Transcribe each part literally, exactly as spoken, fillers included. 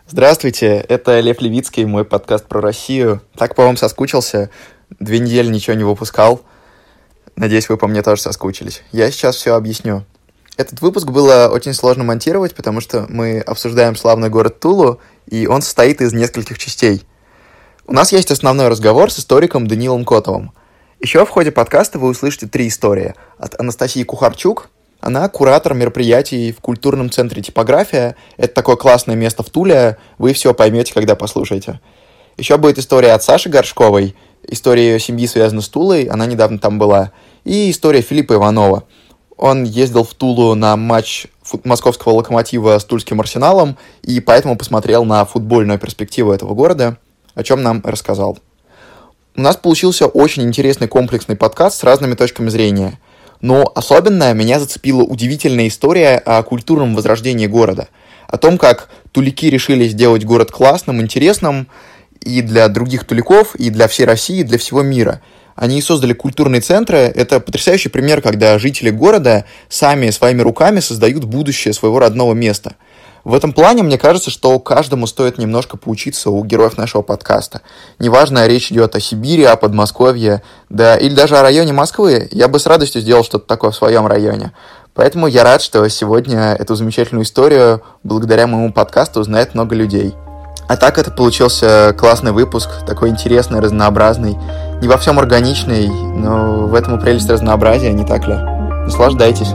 Здравствуйте, это Лев Левицкий, мой подкаст про Россию. Так по вам соскучился, две недели ничего не выпускал. Надеюсь, вы по мне тоже соскучились. Я сейчас все объясню. Этот выпуск было очень сложно монтировать, потому что мы обсуждаем славный город Тулу, и он состоит из нескольких частей. У нас есть основной разговор с историком Даниилом Котовым. Еще в ходе подкаста вы услышите три истории. От Анастасии Кухарчук. Она куратор мероприятий в культурном центре «Типография». Это такое классное место в Туле. Вы все поймете, когда послушаете. Еще будет история от Саши Горшковой. История ее семьи связана с Тулой. Она недавно там была. И история Филиппа Иванова. Он ездил в Тулу на матч московского «Локомотива» с тульским «Арсеналом» и поэтому посмотрел на футбольную перспективу этого города, о чем нам рассказал. У нас получился очень интересный комплексный подкаст с разными точками зрения. Но особенно меня зацепила удивительная история о культурном возрождении города. О том, как туляки решили сделать город классным, интересным и для других туляков, и для всей России, и для всего мира. Они создали культурные центры. Это потрясающий пример, когда жители города сами своими руками создают будущее своего родного места. В этом плане, мне кажется, что каждому стоит немножко поучиться у героев нашего подкаста. Неважно, речь идет о Сибири, о Подмосковье, да или даже о районе Москвы. Я бы с радостью сделал что-то такое в своем районе. Поэтому я рад, что сегодня эту замечательную историю, благодаря моему подкасту, узнает много людей. А так это получился классный выпуск, такой интересный, разнообразный. Не во всем органичный, но в этом и прелесть разнообразия, не так ли? Наслаждайтесь.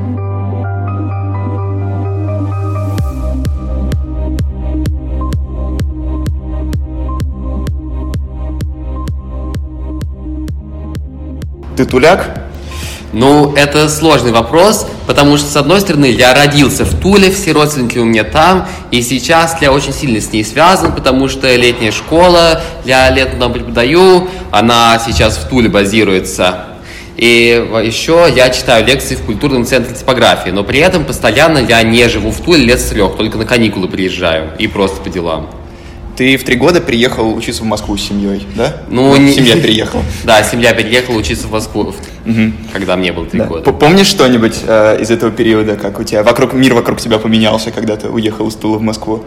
Ты туляк? Ну, это сложный вопрос, потому что, с одной стороны, я родился в Туле, все родственники у меня там, и сейчас я очень сильно с ней связан, потому что летняя школа, я летом там преподаю, она сейчас в Туле базируется. И еще я читаю лекции в культурном центре «Типография», но при этом постоянно я не живу в Туле лет с трех, только на каникулы приезжаю и просто по делам. Ты в три года приехал учиться в Москву с семьей, да? Ну, не... Семья переехала. Да, семья переехала учиться в Москву, когда мне было три года. Помнишь что-нибудь из этого периода, как у тебя вокруг мир вокруг тебя поменялся, когда ты уехал из Тулы в Москву?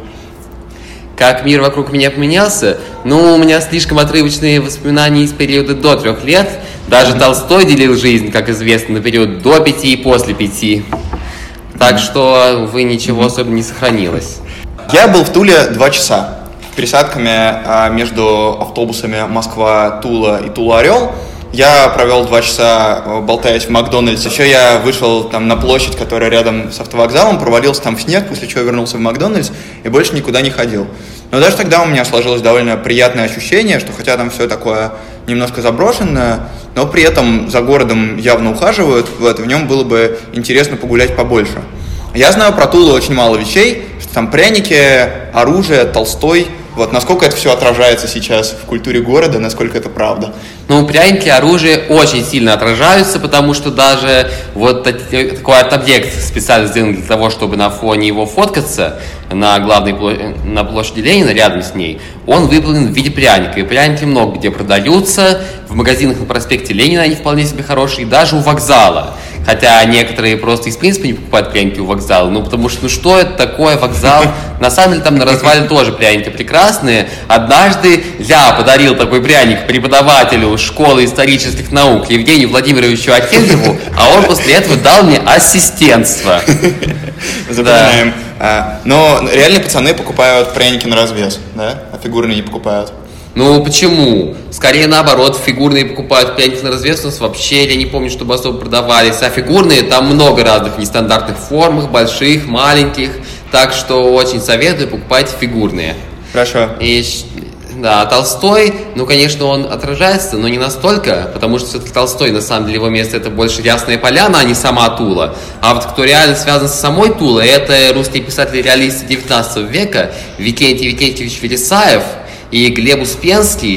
Как мир вокруг меня поменялся? Ну, у меня слишком отрывочные воспоминания из периода до трех лет. Даже Толстой делил жизнь, как известно, на период до пяти и после пяти. Так что, увы, ничего особенно не сохранилось. Я был в Туле два часа. Пересадками а, между автобусами Москва-Тула и Тула-Орел. Я провел два часа, болтаясь в Макдональдсе. Еще я вышел там на площадь, которая рядом с автовокзалом, провалился там в снег, после чего вернулся в Макдональдс и больше никуда не ходил. Но даже тогда у меня сложилось довольно приятное ощущение, что хотя там все такое немножко заброшенное, но при этом за городом явно ухаживают, вот, и в нем было бы интересно погулять побольше. Я знаю про Тулу очень мало вещей, что там пряники, оружие, Толстой. Вот, насколько это все отражается сейчас в культуре города, насколько это правда? Ну, пряники, оружие очень сильно отражаются, потому что даже вот такой арт-объект специально сделан для того, чтобы на фоне его фоткаться на главной площади, на площади Ленина, рядом с ней, он выполнен в виде пряника. И пряники много где продаются, в магазинах на проспекте Ленина они вполне себе хорошие, даже у вокзала. Хотя некоторые просто из принципа не покупают пряники у вокзала, ну потому что, ну что это такое вокзал? На самом деле там на развале тоже пряники прекрасные. Однажды я подарил такой пряник преподавателю школы исторических наук Евгению Владимировичу Архентьеву, а он после этого дал мне ассистентство. Запоминаем. Но реальные пацаны покупают пряники на развес, да? А фигурные не покупают. Ну, почему? Скорее наоборот, фигурные покупают пряники на развес, у нас вообще, я не помню, чтобы особо продавались, а фигурные там много разных нестандартных форм, больших, маленьких, так что очень советую, покупайте фигурные. Хорошо. И, да, Толстой, ну, конечно, он отражается, но не настолько, потому что все-таки Толстой, на самом деле, его место это больше Ясная Поляна, а не сама Тула. А вот кто реально связан с самой Тулой, это русские писатели-реалисты девятнадцатого века, Викентий Викентьевич Вересаев и Глеб Успенский.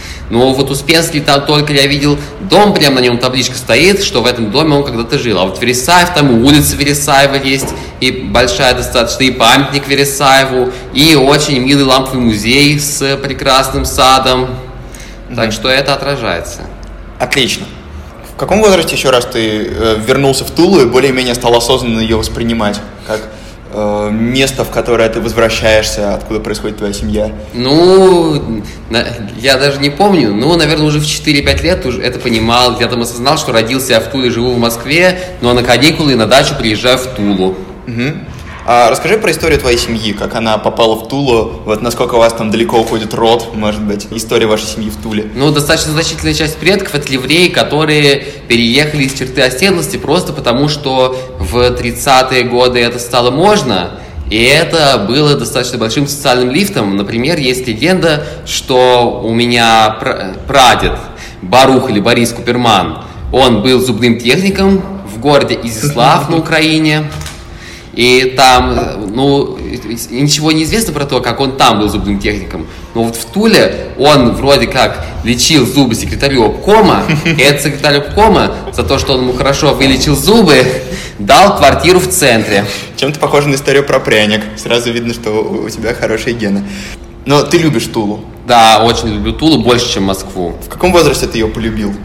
Но вот Успенский там только я видел дом, прямо на нем табличка стоит, что в этом доме он когда-то жил. А вот Вересаев, там и улица Вересаева есть, и большая достаточно, и памятник Вересаеву, и очень милый ламповый музей с прекрасным садом. Mm-hmm. Так что это отражается. Отлично. В каком возрасте еще раз ты э, вернулся в Тулу и более-менее стал осознанно ее воспринимать? Как э, место, в которое ты возвращаешься, откуда происходит твоя семья? Ну, на, я даже не помню, ну, наверное, уже в четыре-пять лет уже это понимал. Я там осознал, что родился я в Туле, живу в Москве, но на каникулы на дачу приезжаю в Тулу. Угу. А расскажи про историю твоей семьи, как она попала в Тулу, вот насколько у вас там далеко уходит род, может быть, история вашей семьи в Туле. Ну, достаточно значительная часть предков – это евреи, которые переехали из черты оседлости просто потому, что в тридцатые годы это стало можно, и это было достаточно большим социальным лифтом. Например, есть легенда, что у меня прадед Барух или Борис Куперман, он был зубным техником в городе Изяслав на Украине. И там, ну, ничего не известно про то, как он там был зубным техником. Но вот в Туле он вроде как лечил зубы секретарю обкома, и этот секретарь обкома за то, что он ему хорошо вылечил зубы, дал квартиру в центре. Чем-то похоже на историю про пряник. Сразу видно, что у тебя хорошие гены. Но ты любишь Тулу? Да, очень люблю Тулу, больше, чем Москву. В каком возрасте ты ее полюбил?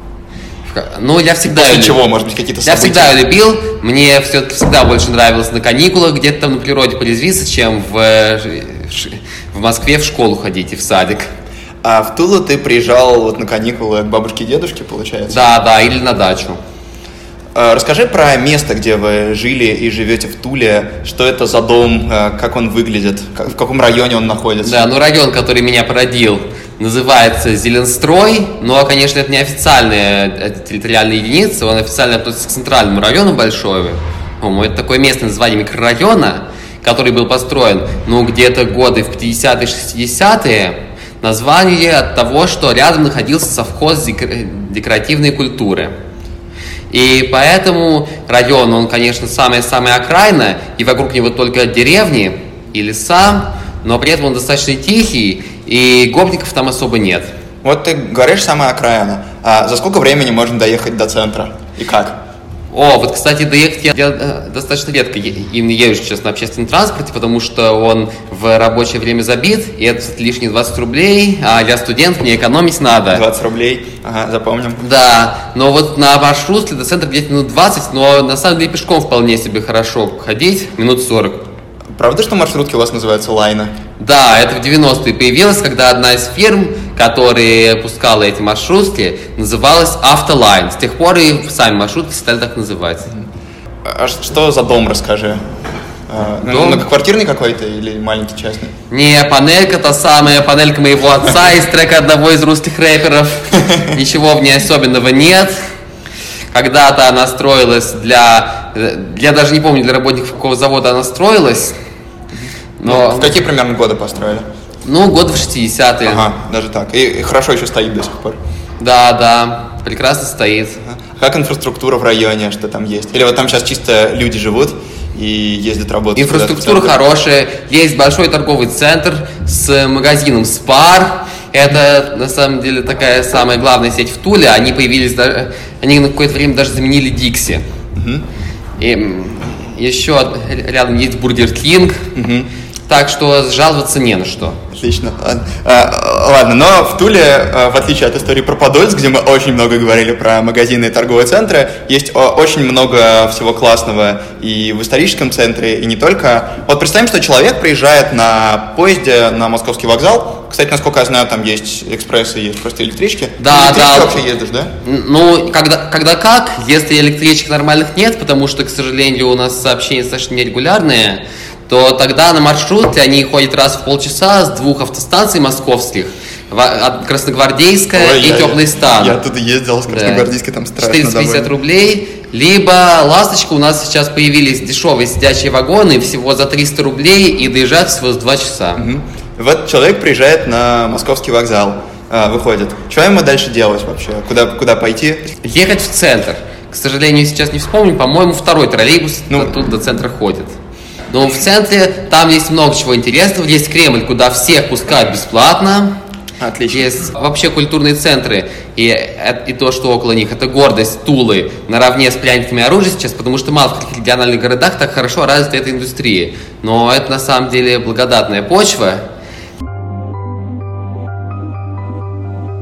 Ну, я всегда После ее чего, любил. может быть, какие-то Я события? всегда ее любил. Мне все-таки всегда больше нравилось на каникулах где-то там на природе порезвиться, чем в, в Москве в школу ходить и в садик. А в Тулу ты приезжал вот на каникулы к бабушке и дедушке, получается? Да, да, или на дачу. Расскажи про место, где вы жили и живете в Туле. Что это за дом, как он выглядит, в каком районе он находится? Да, ну район, который меня породил, называется Зеленстрой, но, конечно, это не официальная территориальная единица, он официально относится к центральному району большому. Это такое местное название микрорайона, который был построен, ну, где-то годы в пятидесятые, шестидесятые. Название от того, что рядом находился совхоз декоративной культуры. И поэтому район, он, конечно, самая-самая окраина, и вокруг него только деревни и леса, но при этом он достаточно тихий, и гопников там особо нет. Вот ты говоришь, самая окраина. А за сколько времени можно доехать до центра? И как? О, вот, кстати, доехать я, я достаточно редко именно езжу сейчас на общественном транспорте, потому что он в рабочее время забит, и это лишние двадцать рублей, а я студент, мне экономить надо. двадцать рублей, ага, запомним. Да, но вот на маршрутке до центра где-то минут двадцать, но на самом деле пешком вполне себе хорошо ходить, минут сорок. Правда, что маршрутки у вас называются лайны? Да, это в девяностые появилось, когда одна из фирм, которая пускала эти маршрутки, называлась Автолайн. С тех пор и сами маршрутки стали так называть. А что за дом, расскажи? Дом? Многоквартирный какой-то или маленький частный? Не, панелька та самая, панелька моего отца из трека одного из русских рэперов. Ничего в ней особенного нет. Когда-то она строилась для... Я даже не помню, для работников какого завода она строилась. Но... В какие примерно годы построили? Ну, годы в шестидесятые. Ага, даже так. И, и хорошо еще стоит до сих пор. Да, да, прекрасно стоит. Ага. Как инфраструктура в районе, что там есть? Или вот там сейчас чисто люди живут и ездят работать? Инфраструктура хорошая. Есть большой торговый центр с магазином Спар. Это, на самом деле, такая самая главная сеть в Туле. Они появились, даже, они на какое-то время даже заменили Дикси. Угу. И еще рядом есть Бургер Кинг. Угу. Так что жаловаться не на что. Отлично. А, ладно, но в Туле, в отличие от истории про Подольск, где мы очень много говорили про магазины и торговые центры, есть очень много всего классного и в историческом центре, и не только. Вот представим, что человек приезжает на поезде на Московский вокзал. Кстати, насколько я знаю, там есть экспрессы, есть просто электрички. Да, ты да. Ты вообще ездишь, да? Ну, когда, когда как, если электричек нормальных нет, потому что, к сожалению, у нас сообщения достаточно нерегулярные, то тогда на маршруте они ходят раз в полчаса с двух автостанций московских, Красногвардейская Ой, и я, Теплый стан. Я оттуда ездил с Красногвардейской, да. Там страшно четыреста пятьдесят довольно. Рублей. Либо «Ласточка», у нас сейчас появились дешевые сидячие вагоны, всего за триста рублей, и доезжать всего за два часа. Угу. Вот человек приезжает на Московский вокзал, выходит. Что ему дальше делать вообще? Куда, куда пойти? Ехать в центр. К сожалению, сейчас не вспомню, по-моему, второй троллейбус ну, оттуда до центра ходит. Но в центре там есть много чего интересного. Есть Кремль, куда всех пускают бесплатно. Отлично. Есть вообще культурные центры. И, и то, что около них, это гордость Тулы наравне с пряниками и оружием сейчас, потому что мало в каких региональных городах так хорошо развита эта индустрия. Но это на самом деле благодатная почва.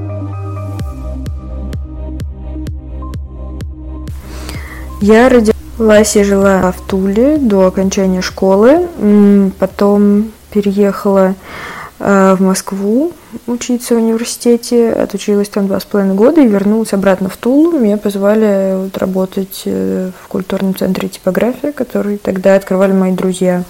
Я родилась Лася жила в Туле до окончания школы, потом переехала в Москву учиться в университете, отучилась там два с половиной года и вернулась обратно в Тулу. Меня позвали вот работать в культурном центре «Типография», который тогда открывали мои друзья.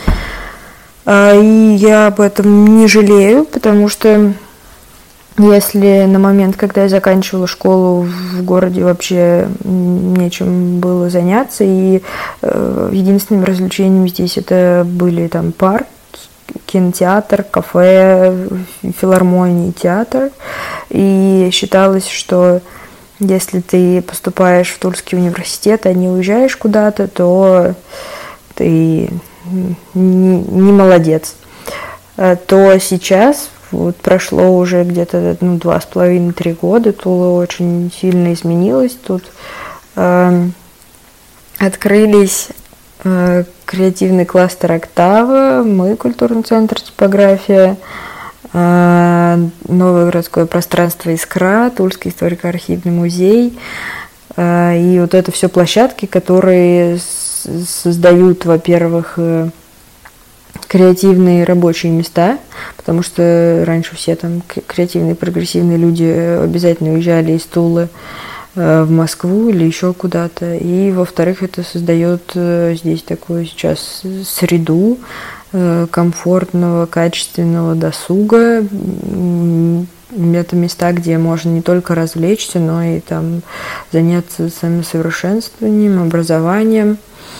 И я об этом не жалею, потому что если на момент, когда я заканчивала школу, в городе вообще нечем было заняться, и э, единственным развлечением здесь это были там парк, кинотеатр, кафе, филармония, театр, и считалось, что если ты поступаешь в Тульский университет, а не уезжаешь куда-то, то ты не, не молодец. То сейчас вот прошло уже где-то ну, два с половиной-три года, Тула очень сильно изменилась. Тут э, открылись э, креативный кластер «Октава», мы, культурный центр «Типография», э, новое городское пространство «Искра», Тульский историко-архивный музей. Э, и вот это все площадки, которые с- создают, во-первых, э, креативные рабочие места, потому что раньше все там креативные, прогрессивные люди обязательно уезжали из Тулы в Москву или еще куда-то. И, во-вторых, это создает здесь такую сейчас среду комфортного, качественного досуга. Это места, где можно не только развлечься, но и там заняться самосовершенствованием, образованием.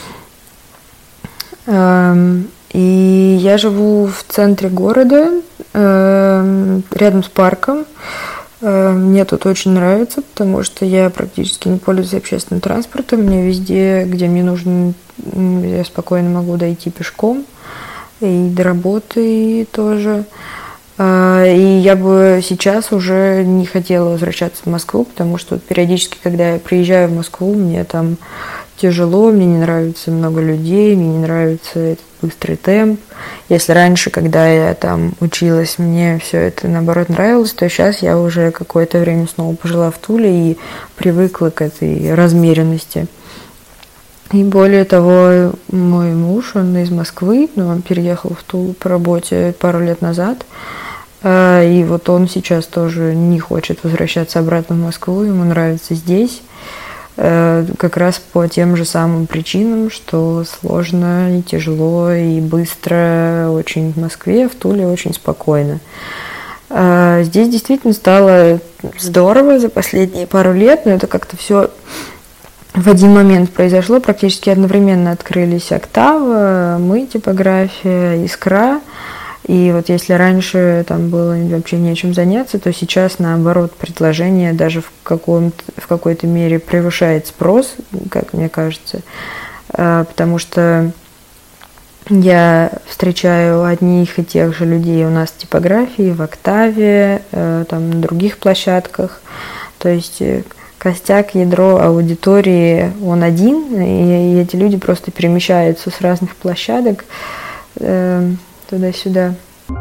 И я живу в центре города, э, рядом с парком. Э, мне тут очень нравится, потому что я практически не пользуюсь общественным транспортом. Мне везде, где мне нужно, я спокойно могу дойти пешком. И до работы тоже. Э, и я бы сейчас уже не хотела возвращаться в Москву, потому что периодически, когда я приезжаю в Москву, мне там тяжело, мне не нравится много людей, мне не нравится этот быстрый темп. Если раньше, когда я там училась, мне все это наоборот нравилось, то сейчас я уже какое-то время снова пожила в Туле и привыкла к этой размеренности. И более того, мой муж, он из Москвы, но он переехал в Тулу по работе пару лет назад. И вот он сейчас тоже не хочет возвращаться обратно в Москву, ему нравится здесь. Как раз по тем же самым причинам, что сложно и тяжело, и быстро очень в Москве, в Туле очень спокойно. Здесь действительно стало здорово за последние пару лет, но это как-то все в один момент произошло. Практически одновременно открылись «Октава», мы, «Типография», «Искра». И вот если раньше там было вообще нечем заняться, то сейчас, наоборот, предложение даже в, каком-то, в какой-то мере превышает спрос, как мне кажется, потому что я встречаю одних и тех же людей у нас в «Типографии», в «Октаве», там, на других площадках. То есть костяк, ядро аудитории, он один, и эти люди просто перемещаются с разных площадок туда-сюда.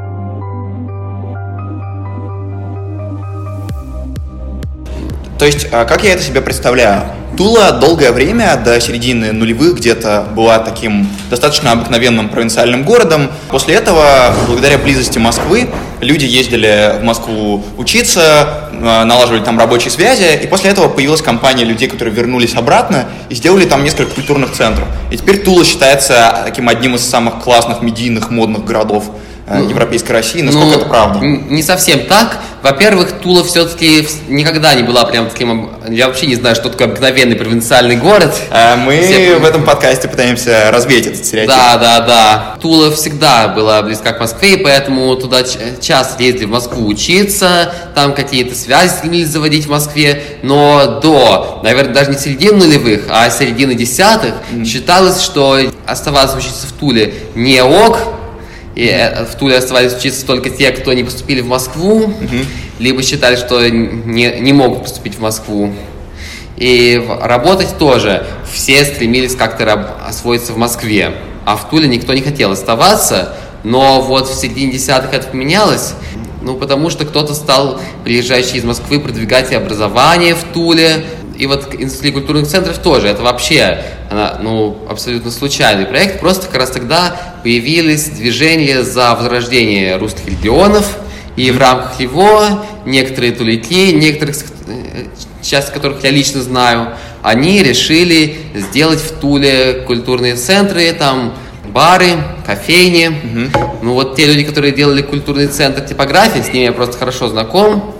То есть, как я это себе представляю? Тула долгое время, до середины нулевых где-то, была таким достаточно обыкновенным провинциальным городом. После этого, благодаря близости Москвы, люди ездили в Москву учиться, налаживали там рабочие связи, и после этого появилась компания людей, которые вернулись обратно и сделали там несколько культурных центров. И теперь Тула считается таким одним из самых классных, медийных, модных городов ну, Европейской России. Насколько ну, это правда? Не совсем так. Во-первых, Тула все-таки никогда не была прям таким... Я вообще не знаю, что такое обыкновенный провинциальный город. А мы Все... в этом подкасте пытаемся развеять этот стереотип. Да, да, да. Тула всегда была близка к Москве, и поэтому туда часто ездили в Москву учиться, там какие-то связи стремились заводить в Москве. Но до, наверное, даже не середины нулевых, а середины десятых mm. считалось, что оставаться учиться в Туле не ок, и в Туле оставались учиться только те, кто не поступили в Москву, uh-huh. либо считали, что не, не могут поступить в Москву. И работать тоже. Все стремились как-то раб- освоиться в Москве. А в Туле никто не хотел оставаться. Но вот в середине десятых это поменялось. Ну, потому что кто-то стал, приезжающий из Москвы, продвигать и образование в Туле. и вот индустрия культурных центров тоже. Это вообще она, ну, абсолютно случайный проект. Просто как раз тогда появились движения за возрождение русских регионов, и в рамках его некоторые тулики, некоторых, часть которых я лично знаю, они решили сделать в Туле культурные центры, там бары, кофейни. Mm-hmm. Ну вот те люди, которые делали культурный центр типографии, с ними я просто хорошо знаком,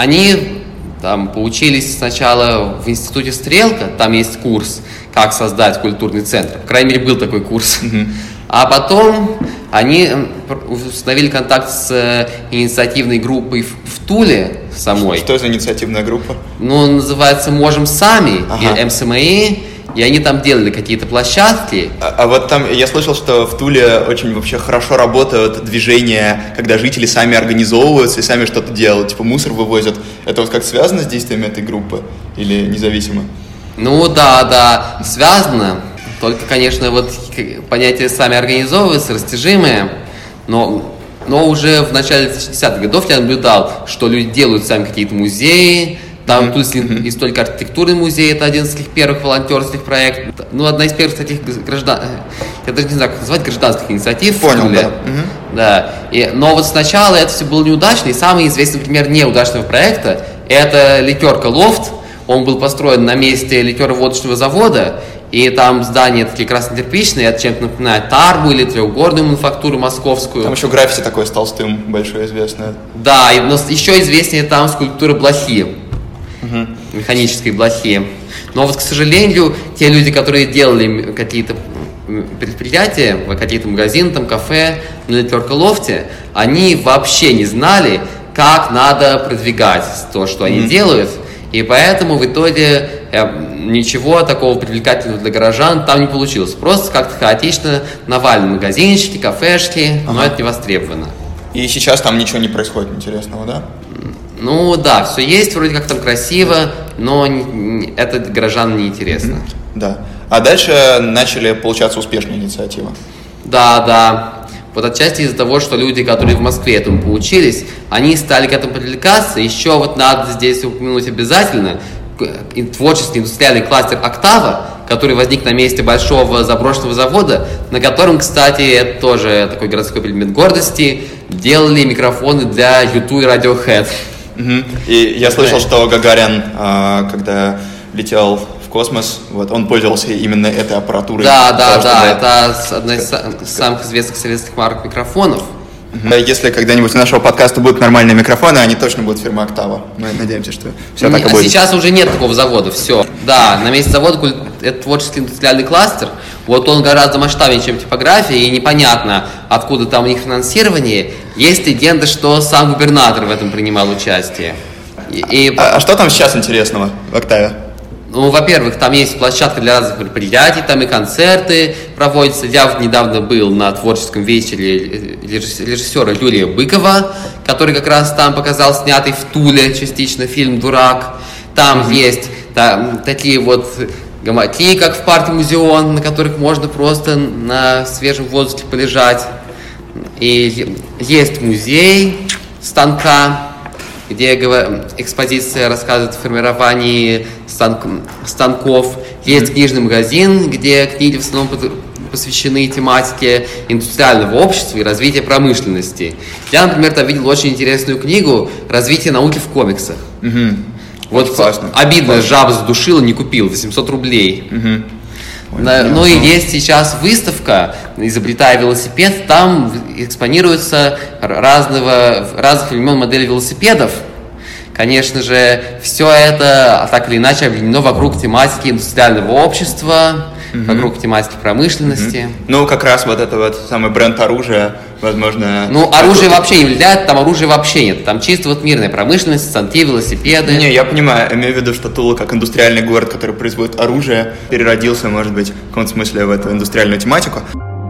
они там поучились сначала в институте «Стрелка», там есть курс, как создать культурный центр. По крайней мере, был такой курс. Mm-hmm. А потом они установили контакт с инициативной группой в Туле самой. Что за инициативная группа? Ну, называется «Можем сами», ага. эм эс эм и, и они там делали какие-то площадки. А, а вот там, я слышал, что в Туле очень вообще хорошо работают движения, когда жители сами организовываются и сами что-то делают, типа мусор вывозят. Это вот как связано с действиями этой группы или независимо? Ну, да, да, связано. Только, конечно, вот понятие «сами организовываются» растяжимое, но, но уже в начале двухтысячных годов я наблюдал, что люди делают сами какие-то музеи, там mm-hmm. тут mm-hmm. есть только архитектурный музей, это один из таких первых волонтерских проектов, ну, одна из первых таких граждан, я даже не знаю, как назвать, гражданских инициатив. Понял, да. Mm-hmm. Да. И, но вот сначала это все было неудачно, и самый известный пример неудачного проекта – это ликерка «Лофт». Он был построен на месте ликероводочного завода, и там здания такие красно-кирпичные, это чем-то напоминает Тарбу или трехгорную мануфактуру московскую. Там еще граффити такое с Толстым большое известное. Да, и, но еще известнее там скульптура блохи, угу. механической блохи. Но вот, к сожалению, те люди, которые делали какие-то предприятия, какие-то магазины, там, кафе на ликерка «Лофте», они вообще не знали, как надо продвигать то, что они угу. делают. И поэтому в итоге ничего такого привлекательного для горожан там не получилось. Просто как-то хаотично навалены магазинчики, кафешки, ага. но это не востребовано. И сейчас там ничего не происходит интересного, да? Ну да, все есть, вроде как там красиво, но не, это горожанам не интересно. Mm-hmm. Да. А дальше начали получаться успешные инициативы. Да, да. Вот отчасти из-за того, что люди, которые в Москве этому поучились, они стали к этому привлекаться. Еще вот надо здесь упомянуть обязательно творческий индустриальный кластер «Октава», который возник на месте большого заброшенного завода, на котором, кстати, это тоже такой городской предмет гордости, делали микрофоны для юту и Radiohead. Угу. И я слышал, что Гагарин, когда летел в космос, вот, он пользовался именно этой аппаратурой. Да, да, да, это одна из самых известных советских марок микрофонов. Угу. Если когда-нибудь у нашего подкаста будут нормальные микрофоны, они точно будут фирмы «Октава». Мы надеемся, что все так и будет. Сейчас уже нет такого завода, все. Да, на месте завода это творческий индустриальный кластер. Вот он гораздо масштабнее, чем типография, и непонятно, откуда там у них финансирование. Есть легенда, что сам губернатор в этом принимал участие. И, и... А, а что там сейчас интересного в «Октаве»? Ну, во-первых, там есть площадка для разных мероприятий, там и концерты проводятся. Я вот недавно был на творческом вечере режиссера Юрия Быкова, который как раз там показал снятый в Туле частично фильм «Дурак». Там mm-hmm. есть там, такие вот гамаки, как в парке Музеон, на которых можно просто на свежем воздухе полежать. И есть музей станка, где экспозиция рассказывает о формировании станков. Есть книжный магазин, где книги в основном посвящены тематике индустриального общества и развития промышленности. Я, например, там видел очень интересную книгу «Развитие науки в комиксах». Угу. Вот классно. Обидно, классно. жаба задушила, не купил, восемьсот рублей. Угу. Ой, ну и есть сейчас выставка «Изобретая велосипед», там экспонируются разного, разных времен модели велосипедов. Конечно же, все это так или иначе объединено вокруг тематики индустриального общества, mm-hmm. вокруг тематики промышленности. Mm-hmm. Ну, как раз вот это вот самый бренд оружия, возможно... Ну, оружие вообще не влияет, там оружия вообще нет. Там чисто вот мирная промышленность, станки, велосипеды. Не, я понимаю, имею в виду, что Тула, как индустриальный город, который производит оружие, переродился, может быть, в каком-то смысле в эту индустриальную тематику.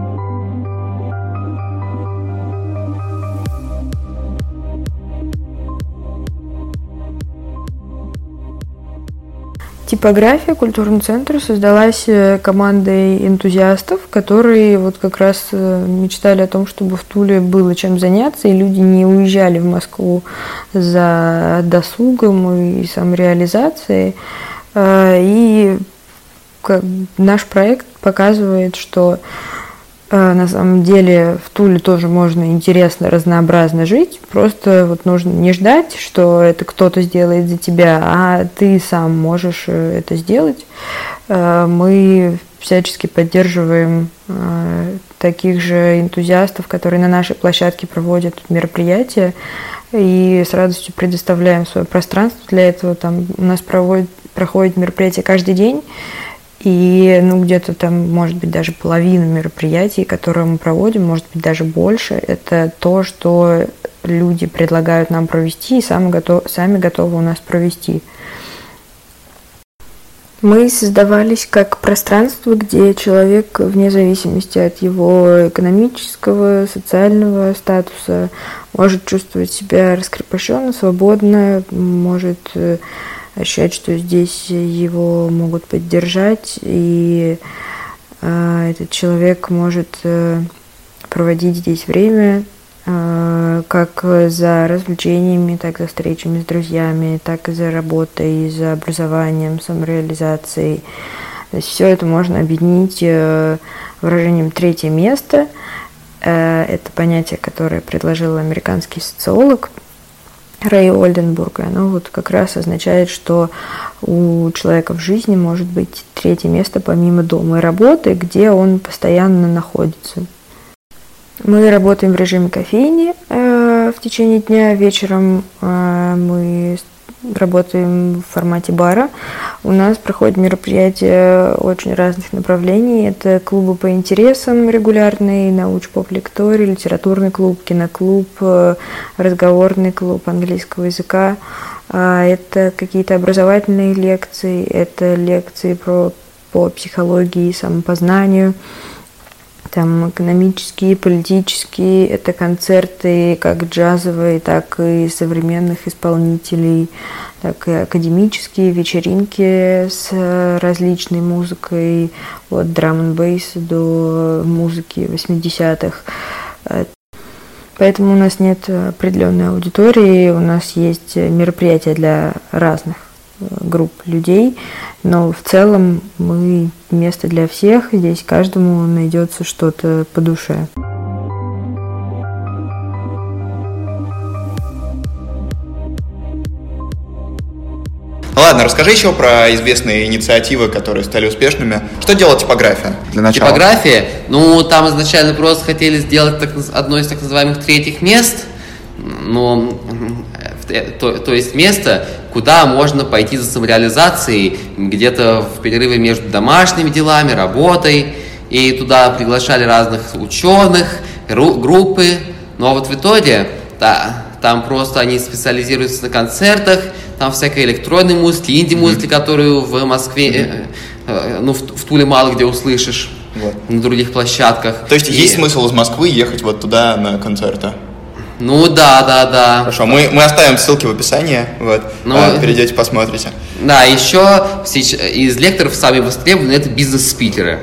Типография «Культурный центр» создалась командой энтузиастов, которые вот как раз мечтали о том, чтобы в Туле было чем заняться, и люди не уезжали в Москву за досугом и самореализацией. И наш проект показывает, что на самом деле в Туле тоже можно интересно, разнообразно жить. Просто вот нужно не ждать, что это кто-то сделает за тебя, а ты сам можешь это сделать. Мы всячески поддерживаем таких же энтузиастов, которые на нашей площадке проводят мероприятия, и с радостью предоставляем свое пространство для этого. Там у нас проводят, проходят мероприятия каждый день. И ну, где-то там, может быть, даже половина мероприятий, которые мы проводим, может быть, даже больше, это то, что люди предлагают нам провести и сами готовы, сами готовы у нас провести. Мы создавались как пространство, где человек, вне зависимости от его экономического, социального статуса, может чувствовать себя раскрепощенно, свободно, может ощущать, что здесь его могут поддержать, и э, этот человек может э, проводить здесь время э, как за развлечениями, так за встречами с друзьями, так и за работой, за образованием, самореализацией. То есть все это можно объединить э, выражением «третье место». Э, это понятие, которое предложил американский социолог Рэй Ольденбург, оно вот как раз означает, что у человека в жизни может быть третье место помимо дома и работы, где он постоянно находится. Мы работаем в режиме кофейни э, в течение дня, вечером э, мы работаем в формате бара. У нас проходят мероприятия очень разных направлений. Это клубы по интересам регулярные, науч-поп-лекторий, литературный клуб, киноклуб, разговорный клуб английского языка. Это какие-то образовательные лекции, это лекции про, по психологии и самопознанию. Там экономические, политические, это концерты как джазовые, так и современных исполнителей, так и академические вечеринки с различной музыкой, от драм-н-бейс до музыки восьмидесятых. Поэтому у нас нет определенной аудитории, у нас есть мероприятия для разных групп людей, но в целом мы место для всех, здесь каждому найдется что-то по душе. Ладно, расскажи еще про известные инициативы, которые стали успешными. Что делает типография для начала? Типография? Ну, там изначально просто хотели сделать так, одно из так называемых третьих мест, но, то, то есть место, куда можно пойти за самореализацией, где-то в перерыве между домашними делами, работой, и туда приглашали разных ученых, группы, но вот в итоге да, там просто они специализируются на концертах, там всякой электронной музыки, инди-музыки, mm-hmm. которую в Москве, mm-hmm. э, ну, в, в Туле мало где услышишь, вот. На других площадках. То есть и... есть смысл из Москвы ехать вот туда на концерты? Ну да, да, да. Хорошо, мы, мы оставим ссылки в описании, вот, ну, а, перейдете, посмотрите. Да, еще из лекторов самые востребованные это бизнес-спикеры,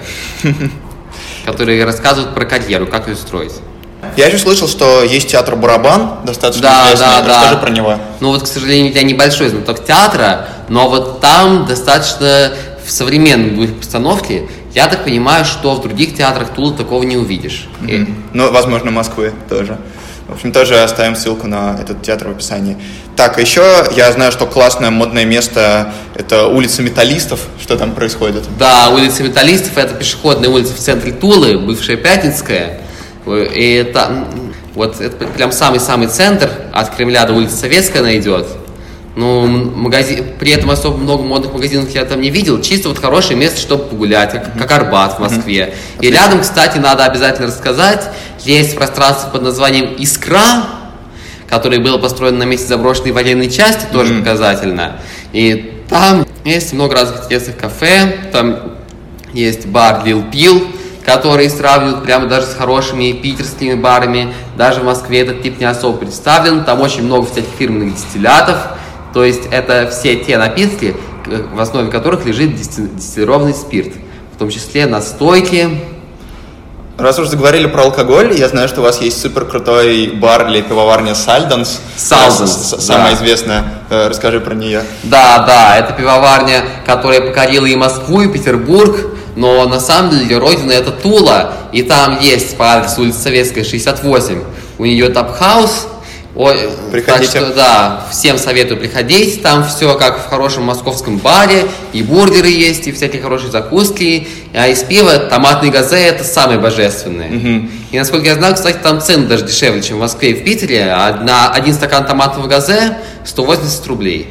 которые рассказывают про карьеру, как ее строить. Я еще слышал, что есть театр «Барабан», достаточно да, известный. Да, Расскажи да. про него. Ну вот, к сожалению, я небольшой знаток театра, но вот там достаточно в современной постановке, я так понимаю, что в других театрах Тулы такого не увидишь. Mm-hmm. И... Ну, возможно, Москвы тоже. В общем, тоже оставим ссылку на этот театр в описании. Так, еще я знаю, что классное модное место – это улица Металлистов. Что там происходит? Да, улица Металлистов – это пешеходная улица в центре Тулы, бывшая Пятницкая. И это, вот, это прям самый-самый центр, от Кремля до улицы Советская она идет. Ну, магазин, при этом особо много модных магазинов я там не видел. Чисто вот хорошее место, чтобы погулять, как, как Арбат в Москве. Mm-hmm. И рядом, кстати, надо обязательно рассказать, есть пространство под названием «Искра», которое было построено на месте заброшенной военной части, тоже mm-hmm. показательно. И там есть много разных интересных кафе, там есть бар Lil Pill, которые сравнивают прямо даже с хорошими питерскими барами. Даже в Москве этот тип не особо представлен. Там очень много всяких фирменных дистиллятов. То есть это все те напитки, в основе которых лежит дистиллированный спирт. В том числе настойки, Раз уж заговорили про алкоголь, я знаю, что у вас есть супер крутой бар или пивоварня Сальденс. Сальденс, да. Самая известная. Расскажи про нее. Да, да, это пивоварня, которая покорила и Москву, и Петербург, но на самом деле родина это Тула, и там есть по адресу улица Советская, шестьдесят восемь, у нее тап-хаус. Ой, приходите. Так что, да, всем советую приходить, там все как в хорошем московском баре, и бургеры есть, и всякие хорошие закуски, а из пива томатные газе это самые божественные. Угу. И насколько я знаю, кстати, там цены даже дешевле, чем в Москве и в Питере, а на один стакан томатного газе сто восемьдесят рублей.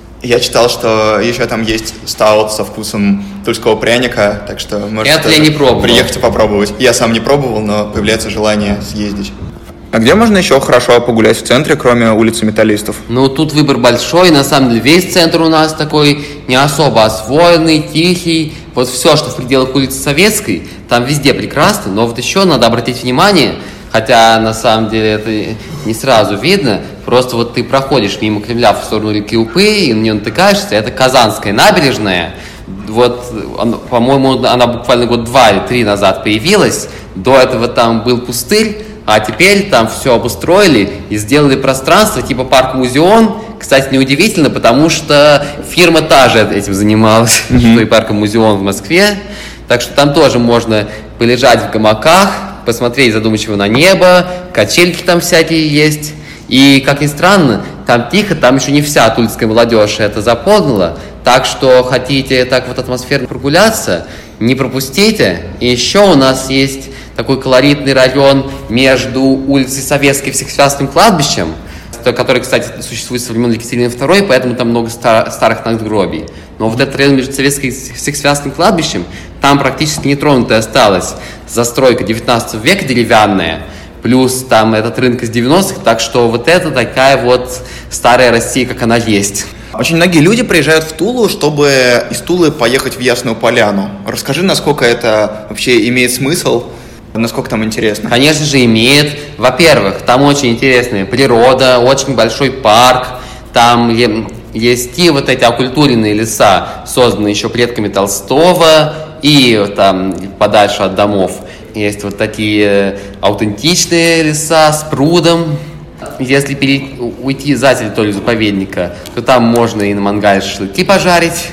Я читал, что еще там есть стаут со вкусом тульского пряника, так что можете это я не пробовал. Приехать и попробовать. Я сам не пробовал, но появляется желание съездить. А где можно еще хорошо погулять в центре, кроме улицы Металлистов? Ну, тут выбор большой, на самом деле весь центр у нас такой не особо освоенный, тихий. Вот все, что в пределах улицы Советской, там везде прекрасно, но вот еще надо обратить внимание, хотя на самом деле это не сразу видно, просто вот ты проходишь мимо Кремля в сторону реки Упы и на нее натыкаешься, это Казанская набережная. Вот, по-моему, она буквально год два или три назад появилась, до этого там был пустырь, а теперь там все обустроили и сделали пространство типа парк-музеон. Кстати, неудивительно, потому что фирма та же этим занималась, mm-hmm. что и парк-музеон в Москве. Так что там тоже можно полежать в гамаках, посмотреть задумчиво на небо, качельки там всякие есть. И, как ни странно, там тихо, там еще не вся тульская молодежь это заполнила. Так что хотите так вот атмосферно прогуляться, не пропустите. И еще у нас есть такой колоритный район между улицей Советской и Всехсвятским кладбищем, который, кстати, существует со времен Екатерины второй, поэтому там много стар- старых надгробий. Но вот этот район между Советской и Всехсвятским кладбищем, там практически нетронутая осталась застройка девятнадцатого века деревянная, плюс там этот рынок из девяностых, так что вот это такая вот старая Россия, как она есть. Очень многие люди приезжают в Тулу, чтобы из Тулы поехать в Ясную Поляну. Расскажи, насколько это вообще имеет смысл, насколько там интересно. Конечно же, имеет. Во-первых, там очень интересная природа, очень большой парк, там есть и вот эти окультуренные леса, созданные еще предками Толстого, и там подальше от домов есть вот такие аутентичные леса с прудом. Если перейти, уйти за территорию заповедника, то там можно и на мангале шашлыки пожарить.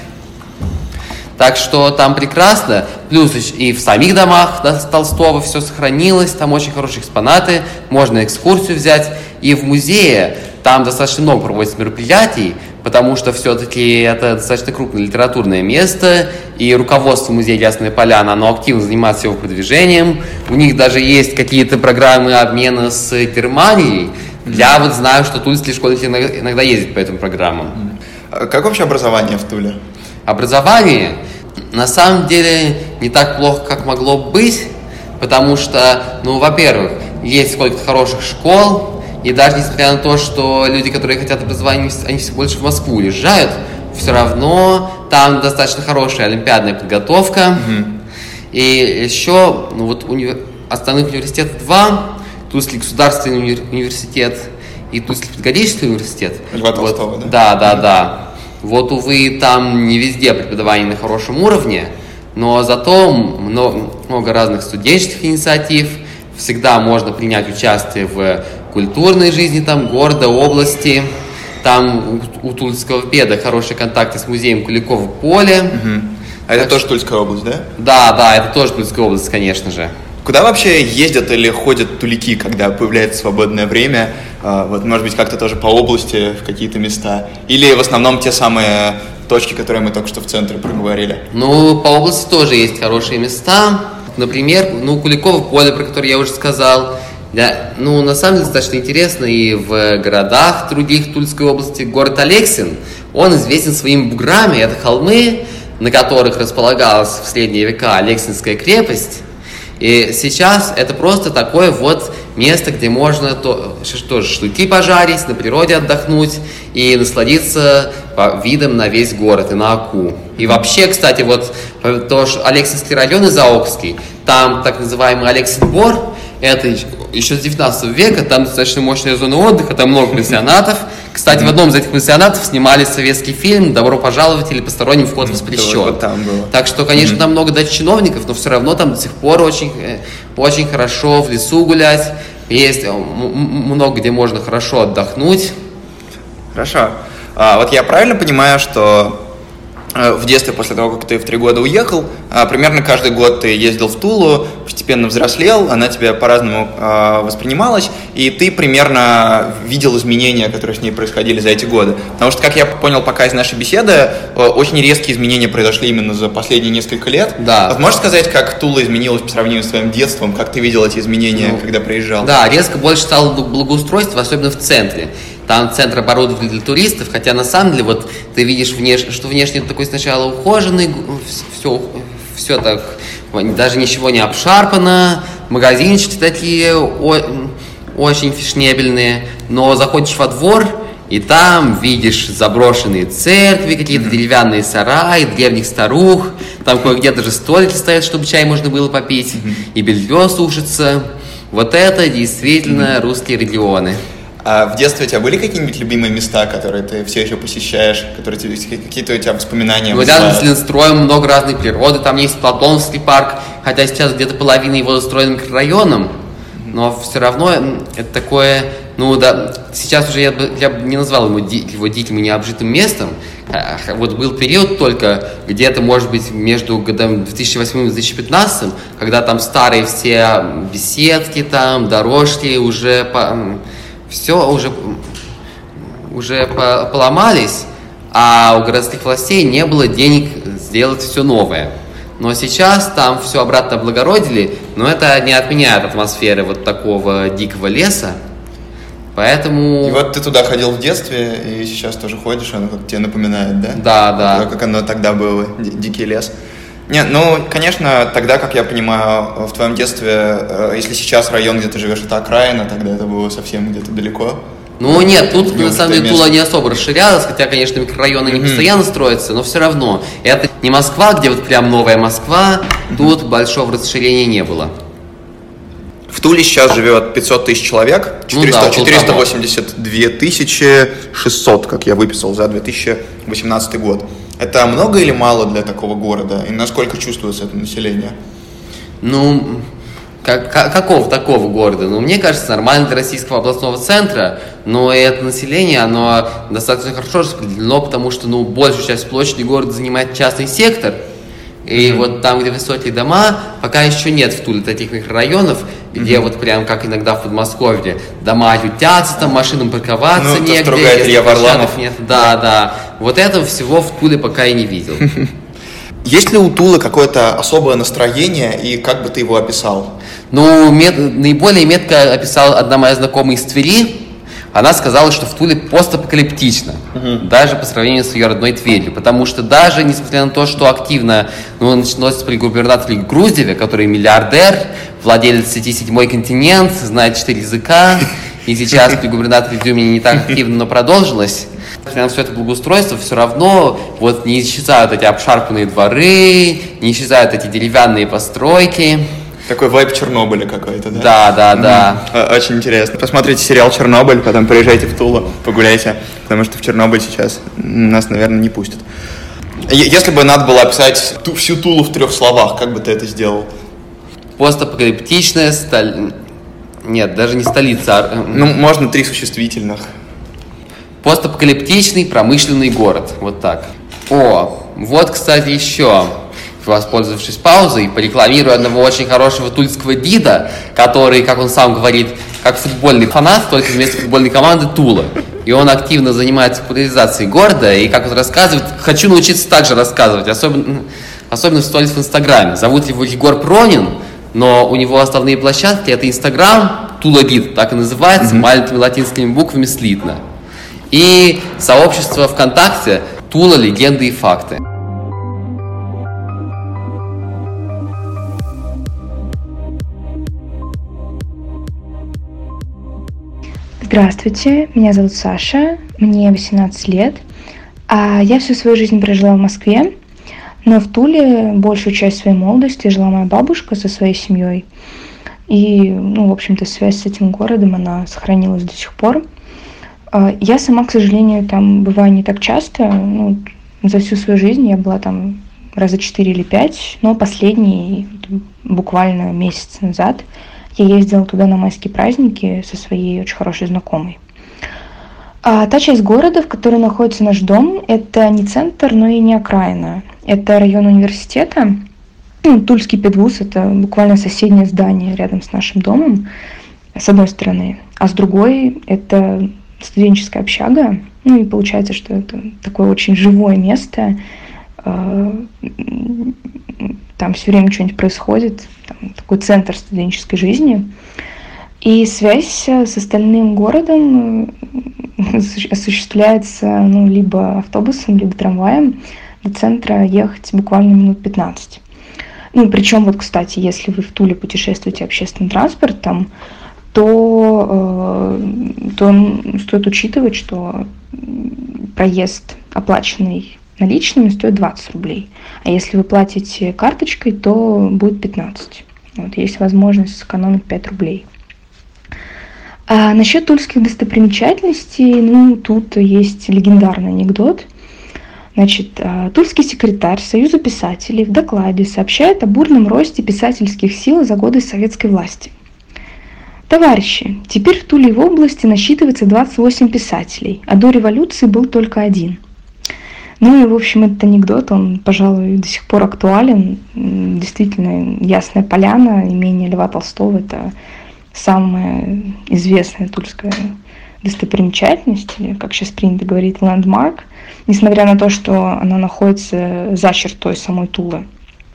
Так что там прекрасно. Плюс и в самих домах, да, Толстого все сохранилось, там очень хорошие экспонаты, можно экскурсию взять. И в музее там достаточно много проводится мероприятий, потому что все-таки это достаточно крупное литературное место, и руководство музея Ясная Поляна, оно активно занимается его продвижением. У них даже есть какие-то программы обмена с Германией. Я вот знаю, что тульские школьники иногда ездят по этим программам. Как вообще образование в Туле? Образование на самом деле не так плохо, как могло быть, потому что, ну, во-первых, есть сколько-то хороших школ, и даже несмотря на то, что люди, которые хотят образования, они все больше в Москву уезжают, все равно там достаточно хорошая олимпиадная подготовка. Mm-hmm. И еще, ну, вот уни... основных университетов два, Тульский государственный уни... университет и Тульский педагогический университет. Льва Толстого, вот. да? Да, да, да. Вот, увы, там не везде преподавание на хорошем уровне, но зато много, много разных студенческих инициатив, всегда можно принять участие в культурной жизни там, города, области. Там у, у Тульского педа хорошие контакты с музеем Куликово поле. Угу. А это так, тоже Тульская область, да? Да, да, это тоже Тульская область, конечно же. Куда вообще ездят или ходят тулики, когда появляется свободное время? Вот, может быть, как-то тоже по области, в какие-то места? Или в основном те самые точки, которые мы только что в центре проговорили? Ну, по области тоже есть хорошие места. Например, ну, Куликово поле, про которое я уже сказал. Да, ну, на самом деле, достаточно интересно и в городах других Тульской области. Город Алексин, он известен своими буграми. Это холмы, на которых располагалась в средние века Алексинская крепость. И сейчас это просто такое вот место, где можно то, тоже шашлыки пожарить, на природе отдохнуть и насладиться видом на весь город и на Аку. И вообще, кстати, вот то, что Алексинский район и Заокский, там так называемый Алексин-Бор, это еще с девятнадцатого века, там достаточно мощная зона отдыха, там много пансионатов, Кстати, mm-hmm. в одном из этих пансионатов снимали советский фильм «Добро пожаловать» или «Посторонним вход воспрещен». Вот там было. Так что, конечно, mm-hmm. там много даже чиновников, но все равно там до сих пор очень, очень хорошо в лесу гулять. Есть много где можно хорошо отдохнуть. Хорошо. А, вот я правильно понимаю, что в детстве, после того, как ты в три года уехал, примерно каждый год ты ездил в Тулу, постепенно взрослел, она тебя по-разному воспринималась, и ты примерно видел изменения, которые с ней происходили за эти годы. Потому что, как я понял пока из нашей беседы, очень резкие изменения произошли именно за последние несколько лет. Да. Вот можешь сказать, как Тула изменилась по сравнению с твоим детством, как ты видел эти изменения, ну, когда приезжал? Да, резко больше стало благоустройства, особенно в центре. Там центр оборудован для туристов, хотя на самом деле вот ты видишь, внеш... что внешне такой сначала ухоженный, все, все так, даже ничего не обшарпано, магазинчики такие о... очень фешнебельные, но заходишь во двор, и там видишь заброшенные церкви, какие-то mm-hmm. деревянные сараи, древних старух, там кое-где даже столики стоят, чтобы чай можно было попить, mm-hmm. и белье сушится. Вот это действительно mm-hmm. русские регионы. А в детстве у тебя были какие-нибудь любимые места, которые ты все еще посещаешь, которые тебе, какие-то у тебя воспоминания? Ну, рядом с Ленстроем много разной природы, там есть Платоновский парк, хотя сейчас где-то половина его застроена микрорайоном, но все равно это такое, ну да, сейчас уже я бы, я бы не назвал его, его диким и необжитым местом. Вот был период только где-то, может быть, между годом две тысячи восьмым и две тысячи пятнадцатым, когда там старые все беседки, там, дорожки уже... По, все уже, уже поломались, а у городских властей не было денег сделать все новое. Но сейчас там все обратно облагородили, но это не отменяет атмосферы вот такого дикого леса. Поэтому... И вот ты туда ходил в детстве, и сейчас тоже ходишь, оно как тебе напоминает, да? Да, да. Вот, как оно тогда было, дикий лес. Нет, ну, конечно, тогда, как я понимаю, в твоем детстве, если сейчас район, где ты живешь, это окраина, тогда это было совсем где-то далеко. Ну нет, тут на самом деле Тула не особо расширялась, хотя, конечно, микрорайоны не постоянно строятся, но все равно. Это не Москва, где вот прям новая Москва, тут большого расширения не было. В Туле сейчас живет пятьсот тысяч человек, четыреста, ну да, четыреста восемьдесят две тысячи шестьсот, как я выписал за две тысячи восемнадцатый год. Это много или мало для такого города? И насколько чувствуется это население? Ну, как, как, какого такого города? Ну, мне кажется, нормально для российского областного центра, но это население, оно достаточно хорошо распределено, потому что, ну, большую часть площади города занимает частный сектор. И mm-hmm. вот там, где высокие дома, пока еще нет в Туле таких микрорайонов, где mm-hmm. вот прям, как иногда в Подмосковье, дома ютятся, там машинам парковаться ну, негде, Илья Варламов. Нет. Да, да. Вот этого всего в Туле пока я не видел. Есть ли у Тулы какое-то особое настроение, и как бы ты его описал? Ну, мет... наиболее метко описала одна моя знакомая из Твери. Она сказала, что в Туле постапокалиптично, uh-huh. даже по сравнению с ее родной Тверью, потому что даже, несмотря на то, что активно ну, началось при губернаторе Груздеве, который миллиардер, владелец сети «Седьмой континент», знает четыре языка, и сейчас при губернаторе Дюмине не так активно, но продолжилось. Несмотря на все это благоустройство, все равно вот не исчезают эти обшарпанные дворы, не исчезают эти деревянные постройки. Такой вайб Чернобыля какой-то, да? Да, да, да. Mm-hmm. Очень интересно. Посмотрите сериал «Чернобыль», потом приезжайте в Тулу, погуляйте, потому что в Чернобыль сейчас нас, наверное, не пустят. Если бы надо было описать ту, всю Тулу в трех словах, как бы ты это сделал? Постапокалиптичная столь... Нет, даже не столица, а... Ну, можно три существительных. Постапокалиптичный промышленный город. Вот так. О, вот, кстати, еще... Воспользовавшись паузой, порекламирую одного очень хорошего тульского гида, который, как он сам говорит, как футбольный фанат, только вместо футбольной команды Тула. И он активно занимается популяризацией города, и, как он рассказывает, хочу научиться так же рассказывать, особенно, особенно в сторис в Инстаграме. Зовут его Егор Пронин, но у него основные площадки — это Инстаграм, Тула Гид, так и называется, mm-hmm. маленькими латинскими буквами слитно. И сообщество ВКонтакте Тула «Легенды и факты». Здравствуйте, меня зовут Саша, мне восемнадцать лет. А я всю свою жизнь прожила в Москве, но в Туле большую часть своей молодости жила моя бабушка со своей семьей. И, ну, в общем-то, связь с этим городом, она сохранилась до сих пор. Я сама, к сожалению, там бываю не так часто. Ну, за всю свою жизнь я была там раза четыре или пять, но последний, буквально месяц назад, я ездила туда на майские праздники со своей очень хорошей знакомой. А та часть города, в которой находится наш дом, это не центр, но и не окраина. Это район университета. Ну, Тульский педвуз – это буквально соседнее здание рядом с нашим домом, с одной стороны. А с другой – это студенческая общага. Ну и получается, что это такое очень живое место. Там все время что-нибудь происходит. Там такой центр студенческой жизни. И связь с остальным городом осуществляется ну, либо автобусом, либо трамваем. До центра ехать буквально минут пятнадцать. Ну, причем, вот, кстати, если вы в Туле путешествуете общественным транспортом, то, э, то стоит учитывать, что проезд, оплаченный наличными, стоит двадцать рублей. А если вы платите карточкой, то будет пятнадцать. Вот, есть возможность сэкономить пять рублей. А насчет тульских достопримечательностей, ну, тут есть легендарный анекдот. Значит, тульский секретарь Союза писателей в докладе сообщает о бурном росте писательских сил за годы советской власти. Товарищи, теперь в Туле и в области насчитывается двадцать восемь писателей, а до революции был только один. Ну и, в общем, этот анекдот, он, пожалуй, до сих пор актуален. Действительно, Ясная Поляна, имение Льва Толстого – это самая известная тульская достопримечательность, или, как сейчас принято говорить, лэндмарк, несмотря на то, что она находится за чертой самой Тулы.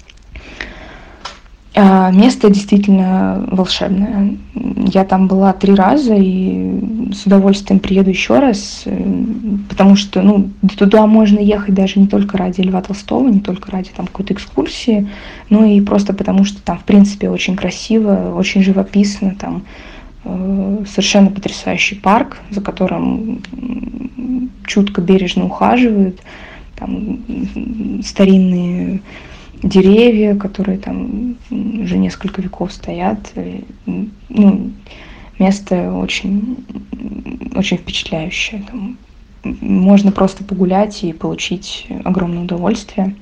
Место действительно волшебное. Я там была три раза и с удовольствием приеду еще раз, потому что ну, туда можно ехать даже не только ради Льва Толстого, не только ради там, какой-то экскурсии, но и просто потому, что там, в принципе, очень красиво, очень живописно, там э, совершенно потрясающий парк, за которым чутко, бережно ухаживают, там старинные деревья, которые там уже несколько веков стоят. Ну, место очень, очень впечатляющее. Там можно просто погулять и получить огромное удовольствие.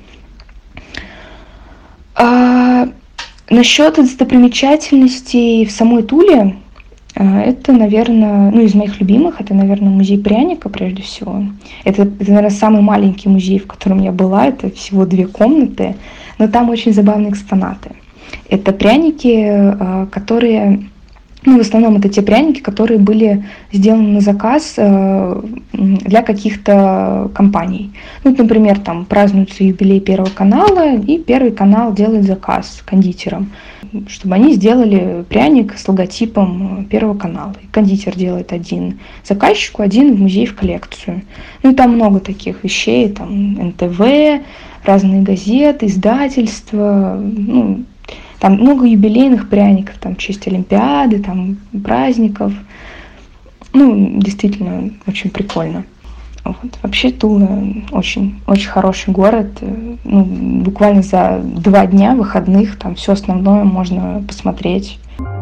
А насчет достопримечательностей в самой Туле, это, наверное, ну, из моих любимых, это, наверное, музей пряника, прежде всего. Это, это, наверное, самый маленький музей, в котором я была, это всего две комнаты, но там очень забавные экспонаты. Это пряники, которые, ну, в основном это те пряники, которые были сделаны на заказ для каких-то компаний. Ну, например, там празднуется юбилей Первого канала, и Первый канал делает заказ кондитерам, чтобы они сделали пряник с логотипом Первого канала. И кондитер делает один заказчику, один в музей в коллекцию. Ну и там много таких вещей, там эн тэ вэ, разные газеты, издательства, ну, там много юбилейных пряников, там в честь Олимпиады, там праздников. Ну, действительно, очень прикольно. Вот. Вообще Тула очень, очень хороший город. Ну, буквально за два дня выходных там все основное можно посмотреть.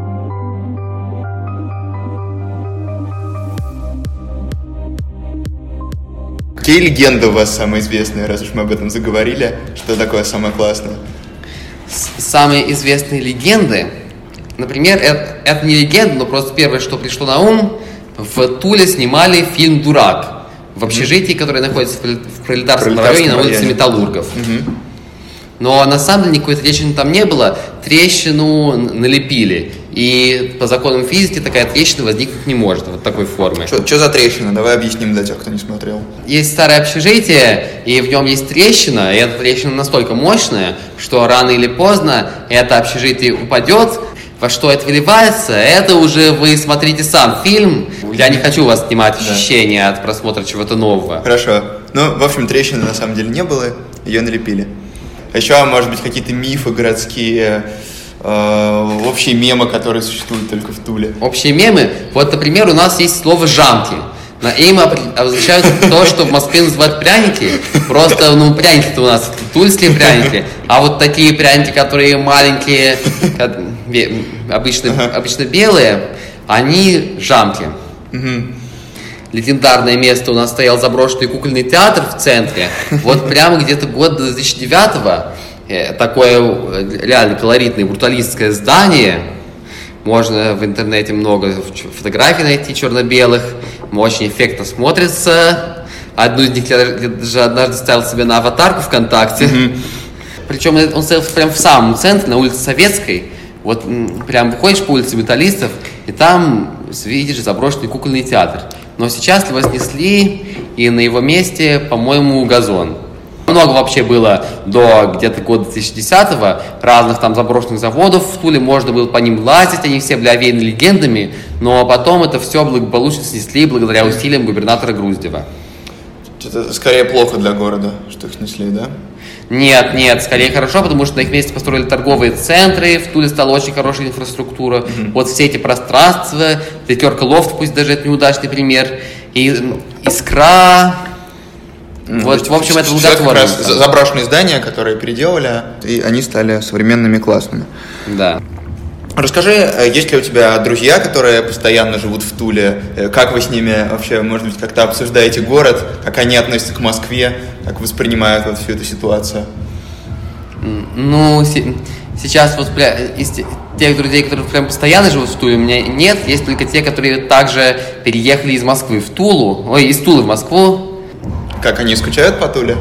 Какие легенды у вас самые известные, раз уж мы об этом заговорили? Что такое самое классное? Самые известные легенды, например, это, это не легенда, но просто первое, что пришло на ум, в Туле снимали фильм «Дурак» в общежитии, которое находится в Пролетарском районе на улице Металлургов. Mm-hmm. Но на самом деле никакой трещины там не было, трещину налепили. И по законам физики такая трещина возникнуть не может вот такой формы. Что за трещина? Давай объясним для тех, кто не смотрел. Есть старое общежитие, и в нем есть трещина, и эта трещина настолько мощная, что рано или поздно это общежитие упадет. Во что это выливается, это уже вы смотрите сам фильм. Я не хочу вас снимать ощущения да. от просмотра чего-то нового. Хорошо. Ну, в общем, трещины на самом деле не было, ее налепили. А еще, может быть, какие-то мифы городские, э, общие мемы, которые существуют только в Туле. Общие мемы? Вот, например, у нас есть слово «жамки». На им обозначают то, что в Москве называют пряники. Просто, ну, пряники-то у нас тульские пряники. А вот такие пряники, которые маленькие, обычно, ага. обычно белые, они жамки. Угу. легендарное место у нас стоял заброшенный кукольный театр в центре. Вот прямо где-то год две тысячи девятого такое реально колоритное бруталистское здание. Можно в интернете много фотографий найти черно-белых. Очень эффектно смотрится. Одну из них я даже однажды ставил себе на аватарку ВКонтакте. Mm-hmm. Причем он стоял прямо в самом центре, на улице Советской. Вот прям выходишь по улице Металлистов, и там видишь заброшенный кукольный театр. Но сейчас его снесли, и на его месте, по-моему, газон. Много вообще было до где-то года две тысячи десятого разных там заброшенных заводов в Туле, можно было по ним лазить, они все были овеяны легендами, но потом это все благополучно снесли благодаря усилиям губернатора Груздева. Это скорее плохо для города, что их снесли, да? Нет, нет, скорее хорошо, потому что на их месте построили торговые центры, в Туле стала очень хорошая инфраструктура. Mm-hmm. Вот все эти пространства, пятерка лофт, пусть даже это неудачный пример, и Искра. Mm-hmm. Вот, в общем, это благотворно. Это как раз заброшенные здания, которые переделали, и они стали современными, классными. Да. Расскажи, есть ли у тебя друзья, которые постоянно живут в Туле? Как вы с ними вообще, может быть, как-то обсуждаете город? Как они относятся к Москве? Как воспринимают вот всю эту ситуацию? Ну, сейчас вот из тех друзей, которые прям постоянно живут в Туле, у меня нет. Есть только те, которые также переехали из Москвы в Тулу. Ой, из Тулы в Москву. Как они скучают по Туле?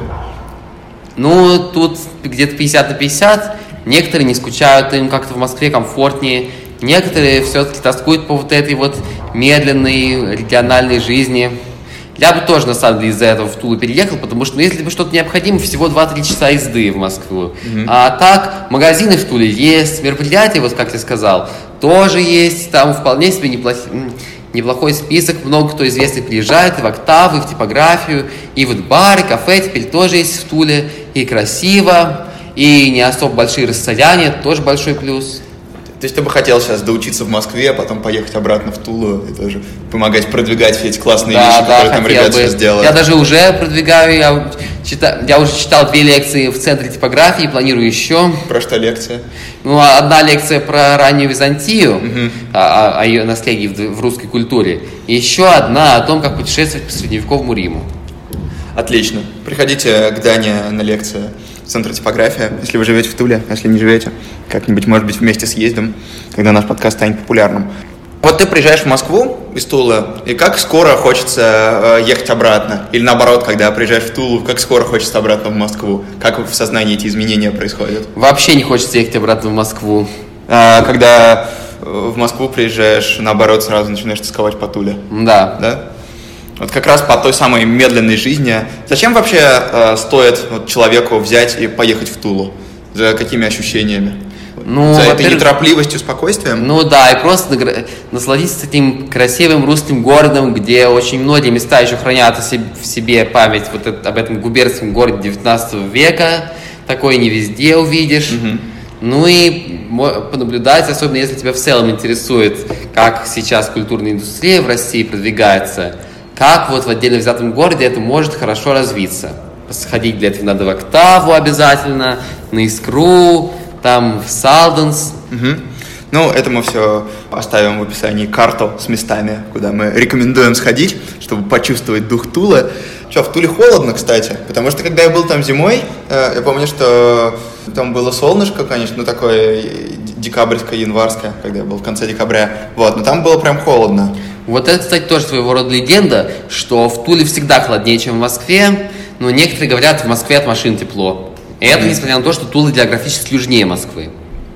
Ну, тут где-то пятьдесят на пятьдесят. Некоторые не скучают, им как-то в Москве комфортнее. Некоторые все-таки тоскуют по вот этой вот медленной региональной жизни. Я бы тоже, на самом деле, из-за этого в Тулу переехал, потому что, ну, если бы что-то необходимо, всего два-три часа езды в Москву. Mm-hmm. А так, магазины в Туле есть, мероприятия, вот как я сказал, тоже есть. Там вполне себе неплох... неплохой список. Много кто известный приезжает и в Октаву, и в типографию. И вот бары, кафе теперь тоже есть в Туле. И красиво. И не особо большие расстояния, это тоже большой плюс. То есть ты бы хотел сейчас доучиться в Москве, а потом поехать обратно в Тулу и тоже помогать продвигать все эти классные да, вещи, да, которые там ребята сейчас делают? Я даже уже продвигаю, я, чита, я уже читал две лекции в Центре типографии, планирую еще. Про что лекция? Ну, одна лекция про раннюю Византию, угу. о, о ее наследии в, в русской культуре, и еще одна о том, как путешествовать по средневековому Риму. Отлично. Приходите к Дане на лекцию в Центр типография, если вы живете в Туле, если не живете, как-нибудь, может быть, вместе съездим, когда наш подкаст станет популярным. Вот ты приезжаешь в Москву из Тулы, и как скоро хочется ехать обратно? Или наоборот, когда приезжаешь в Тулу, как скоро хочется обратно в Москву? Как в сознании эти изменения происходят? Вообще не хочется ехать обратно в Москву. А, когда в Москву приезжаешь, наоборот, сразу начинаешь тосковать по Туле? Да. Да? Вот как раз по той самой медленной жизни. Зачем вообще э, стоит вот, человеку взять и поехать в Тулу? За какими ощущениями? Ну, За этой неторопливостью, спокойствием? Ну да, и просто насладиться этим красивым русским городом, где очень многие места еще хранят в себе память вот это, об этом губернском городе девятнадцатого века. Такое не везде увидишь. Угу. Ну и понаблюдать, особенно если тебя в целом интересует, как сейчас культурная индустрия в России продвигается, как вот в отдельно взятом городе это может хорошо развиться. Сходить для этого надо в Октаву обязательно, на Искру, там в Салденс. Угу. Ну, это мы все оставим в описании карту с местами, куда мы рекомендуем сходить, чтобы почувствовать дух Тулы. Что, в Туле холодно, кстати, потому что когда я был там зимой, я помню, что там было солнышко, конечно, ну такое декабрьское, январское, когда я был в конце декабря, вот, но там было прям холодно. Вот это, кстати, тоже своего рода легенда, что в Туле всегда холоднее, чем в Москве, но некоторые говорят, в Москве от машин тепло. И это несмотря на то, что Тула географически южнее Москвы.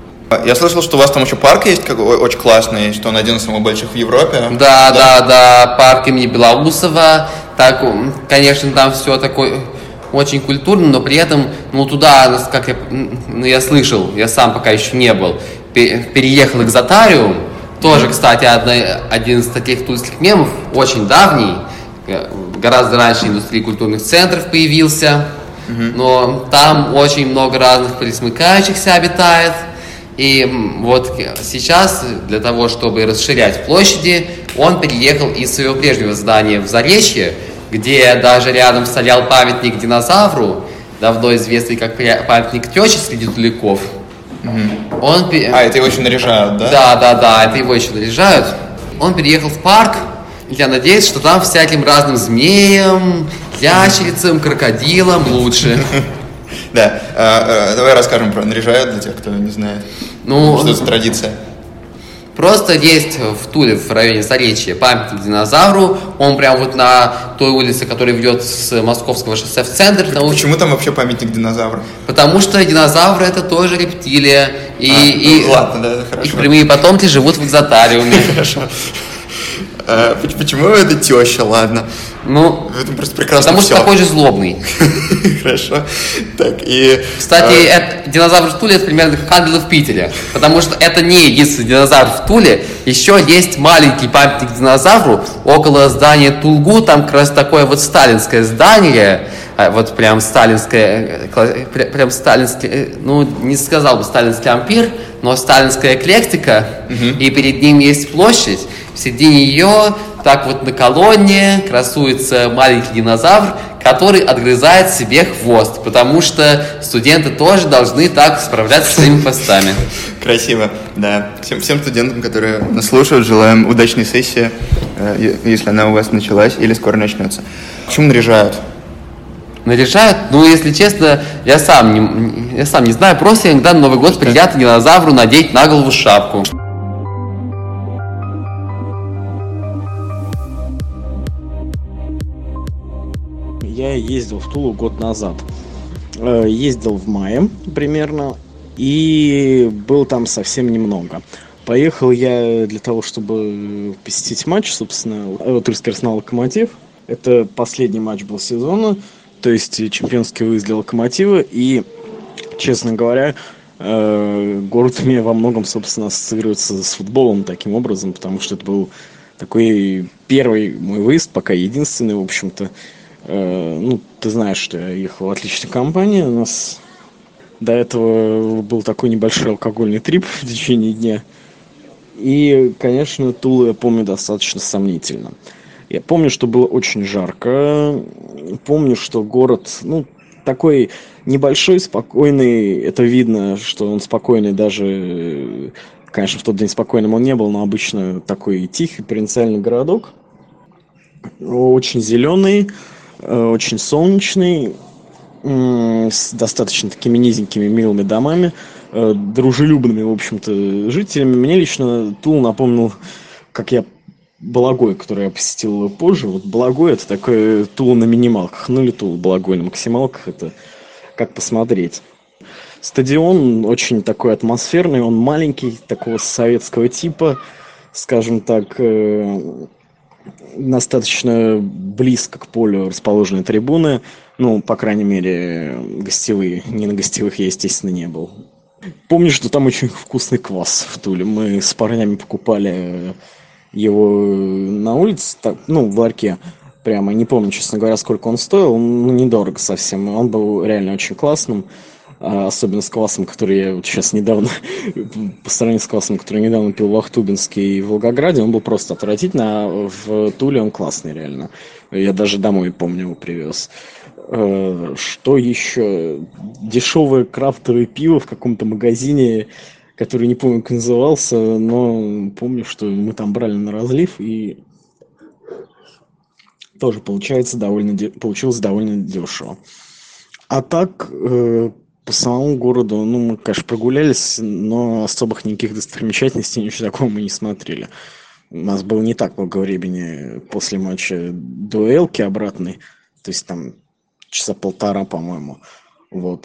Я слышал, что у вас там еще парк есть, очень классный, что он один из самых больших в Европе. Да, да, да, да, парк имени Белоусова. Так, конечно, там все такое очень культурно, но при этом, ну, туда, как я, ну, я слышал, я сам пока еще не был, переехал Экзотариум. Тоже, кстати, одна, один из таких тульских мемов, очень давний, гораздо раньше индустрии культурных центров появился, mm-hmm. но там очень много разных присмыкающихся обитает. И вот сейчас для того, чтобы расширять площади, он переехал из своего прежнего здания в Заречье, где даже рядом стоял памятник динозавру, давно известный как памятник тещи среди туляков. Mm-hmm. Он... А, это его еще наряжают, да? Да, да, да, это его еще наряжают. Он переехал в парк, Я надеюсь, что там всяким разным змеям, ящерицам, крокодилам лучше. Да, давай расскажем про наряжают для тех, кто не знает. Ну, что это за традиция? Просто есть в Туле, в районе Заречья, памятник динозавру. Он прям вот на той улице, которая ведет с Московского шоссе в центр. Почему там вообще памятник динозавру? Потому что динозавры — это тоже рептилия. И, а, и, ну, ладно, да, хорошо. Их прямые потомки живут в экзотариуме. Хорошо. А, почему это теща, ладно? Ну, это просто прекрасно. Потому что такой же злобный. Хорошо. Так, и... Кстати, а... это, динозавр в Туле — это примерно как ангелы в Питере. Потому что это не единственный динозавр в Туле. Еще есть маленький памятник динозавру около здания Тулгу. Там как раз такое вот сталинское здание. Вот прям сталинское, прям сталинский, ну, не сказал бы сталинский ампир, но сталинская эклектика. Uh-huh. И перед ним есть площадь. В середине ее, так вот на колонне, красуется маленький динозавр, который отгрызает себе хвост, потому что студенты тоже должны так справляться со своими хвостами. Красиво, да. Всем, всем студентам, которые нас слушают, желаем удачной сессии, если она у вас началась или скоро начнется. Почему наряжают? Наряжают? Ну, если честно, я сам не, я сам не знаю, просто иногда на Новый год приятно динозавру надеть на голову шапку. Я ездил в Тулу год назад. Ездил в мае примерно, и был там совсем немного. Поехал я для того, чтобы посетить матч, собственно, Тульский Арсенал Локомотив. Это последний матч был сезона, то есть чемпионский выезд для Локомотива. И, честно говоря, город у меня во многом, собственно, ассоциируется с футболом таким образом, потому что это был такой первый мой выезд, пока единственный, в общем-то. Ну, ты знаешь, что я ехал в отличной компании. У нас до этого был такой небольшой алкогольный трип в течение дня. И, конечно, Тулу я помню достаточно сомнительно. Я помню, что было очень жарко. Помню, что город, ну, такой небольшой, спокойный. Это видно, что он спокойный даже... Конечно, в тот день спокойным он не был, но обычно такой тихий провинциальный городок. Очень зеленый. Очень солнечный, с достаточно такими низенькими милыми домами, дружелюбными, в общем-то, жителями. Мне лично Тул напомнил, как я Балагой, который я посетил позже. Вот Балагой — это такой Тул на минималках, ну или Тул Балагой на максималках, это как посмотреть. Стадион очень такой атмосферный, он маленький, такого советского типа, скажем так. Достаточно близко к полю расположены трибуны, ну, по крайней мере, гостевые. Не на гостевых я, естественно, не был. Помню, что там очень вкусный квас в Туле. Мы с парнями покупали его на улице, так, ну, в ларьке. Прямо не помню, честно говоря, сколько он стоил. Ну, недорого совсем. Он был реально очень классным. Особенно с квасом, который я вот сейчас недавно, по сравнению с квасом, который я недавно пил в Ахтубинске и в Волгограде, он был просто отвратительный, а в Туле он классный реально. Я даже домой, помню, его привез. Что еще? Дешевое крафтовое пиво в каком-то магазине, который не помню, как назывался, но помню, что мы там брали на разлив, и тоже получается довольно, получилось довольно дешево. А так... По самому городу, ну, мы, конечно, прогулялись, но особых никаких достопримечательностей, ничего такого мы не смотрели. У нас было не так много времени после матча до Элки обратной, то есть там часа полтора, по-моему, вот.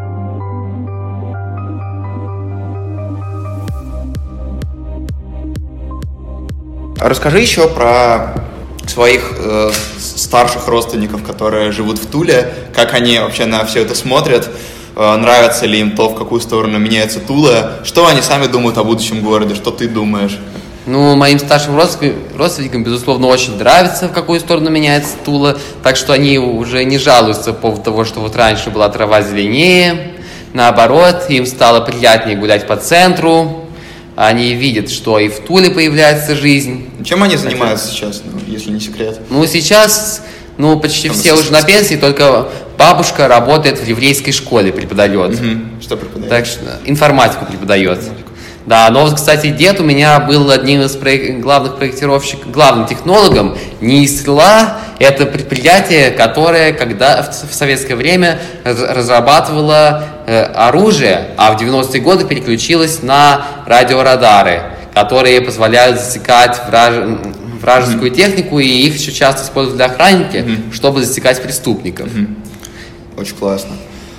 Расскажи еще про своих э, старших родственников, которые живут в Туле, как они вообще на все это смотрят. Нравится ли им то, в какую сторону меняется Тула, что они сами думают о будущем городе, что ты думаешь? Ну, моим старшим родственникам, безусловно, очень нравится, в какую сторону меняется Тула, так что они уже не жалуются по поводу того, что вот раньше была трава зеленее, наоборот, им стало приятнее гулять по центру, они видят, что и в Туле появляется жизнь. Чем они занимаются сейчас, ну, если не секрет? Ну, сейчас... Ну, почти Там все уже на пенсии, только бабушка работает в еврейской школе, преподает. Угу. Что преподает? Так что информатику преподает. Да, но вот, кстати, дед у меня был одним из проек- главных проектировщиков, главным технологом НИИ «Стрела». Это предприятие, которое когда в, в советское время разрабатывало э, оружие, а в девяностые годы переключилось на радиорадары, которые позволяют засекать враж... вражескую mm-hmm. технику, и их еще часто используют для охранники, mm-hmm. чтобы засекать преступников. Mm-hmm. Очень классно.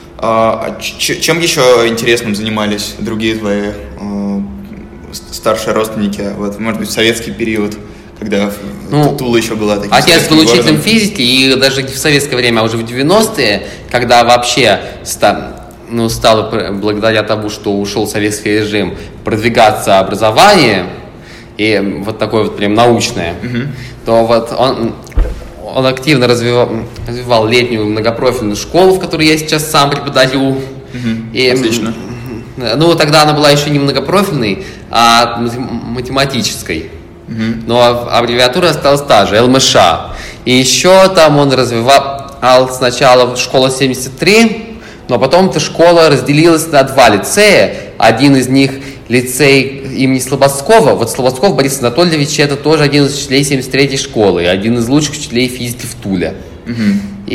А, ч- чем еще интересным занимались другие твои э, старшие родственники, вот, может быть, в советский период, когда ну, Тула еще была таким отец был учителем физики, и даже в советское время, а уже в девяностые, когда вообще ста, ну, стало, благодаря тому, что ушел советский режим, продвигаться образование, и вот такое вот прям научное, uh-huh. то вот он... Он активно развивал, развивал летнюю многопрофильную школу, в которой я сейчас сам преподаю. Mm-hmm. И, Отлично. Ну, тогда она была еще не многопрофильной, а математической. Mm-hmm. Но аббревиатура осталась та же, эл эм ш. И еще там он развивал сначала школа семьдесят три, но потом эта школа разделилась на два лицея. Один из них лицей имени Слободского. Вот Слободсков Борис Анатольевич — это тоже один из учителей семьдесят третьей школы, один из лучших учителей физики в Туле. Uh-huh.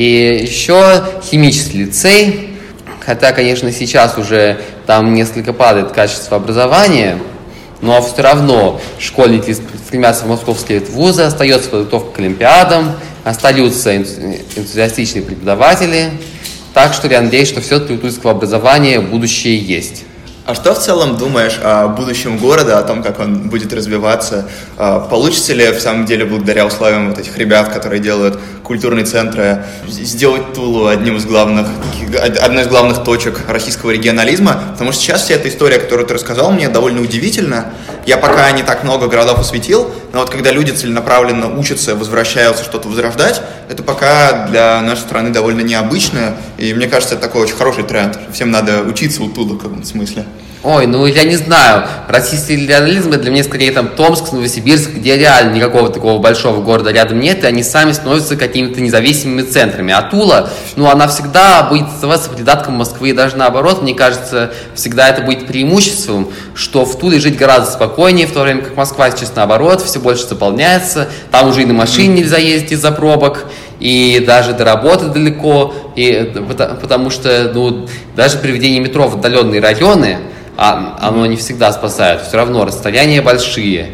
И еще химический лицей, хотя, конечно, сейчас уже там несколько падает качество образования, но все равно школьники стремятся в московские вузы, остается подготовка к олимпиадам, остаются энтузиастичные преподаватели, так что я надеюсь, что все-таки у тульского образования будущее есть. А что в целом думаешь о будущем города, о том, как он будет развиваться? Получится ли в самом деле, благодаря условиям вот этих ребят, которые делают культурные центры, сделать Тулу одним из главных, одной из главных точек российского регионализма? Потому что сейчас вся эта история, которую ты рассказал, мне довольно удивительна. Я пока не так много городов осветил, но вот когда люди целенаправленно учатся, возвращаются что-то возрождать, это пока для нашей страны довольно необычно. И мне кажется, это такой очень хороший тренд. Всем надо учиться у Тулы в каком-то смысле. Ой, ну я не знаю, российский регионализм — для меня скорее там Томск, Новосибирск, где реально никакого такого большого города рядом нет, и они сами становятся какими-то независимыми центрами. А Тула, ну она всегда будет оставаться придатком Москвы, и даже наоборот, мне кажется, всегда это будет преимуществом, что в Туле жить гораздо спокойнее, в то время как Москва сейчас наоборот, все больше заполняется, там уже и на машине нельзя ездить из-за пробок, и даже до работы далеко, и, потому что ну, даже приведение метро в отдаленные районы, а оно не всегда спасает, все равно расстояния большие.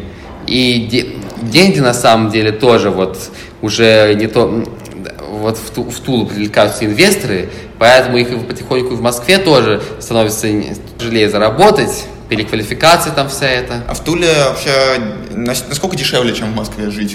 И де- деньги на самом деле тоже вот уже не то, вот в, ту, в Тулу привлекаются инвесторы, поэтому их потихоньку в Москве тоже становится тяжелее заработать, переквалификация там вся эта. А в Туле вообще насколько дешевле, чем в Москве жить?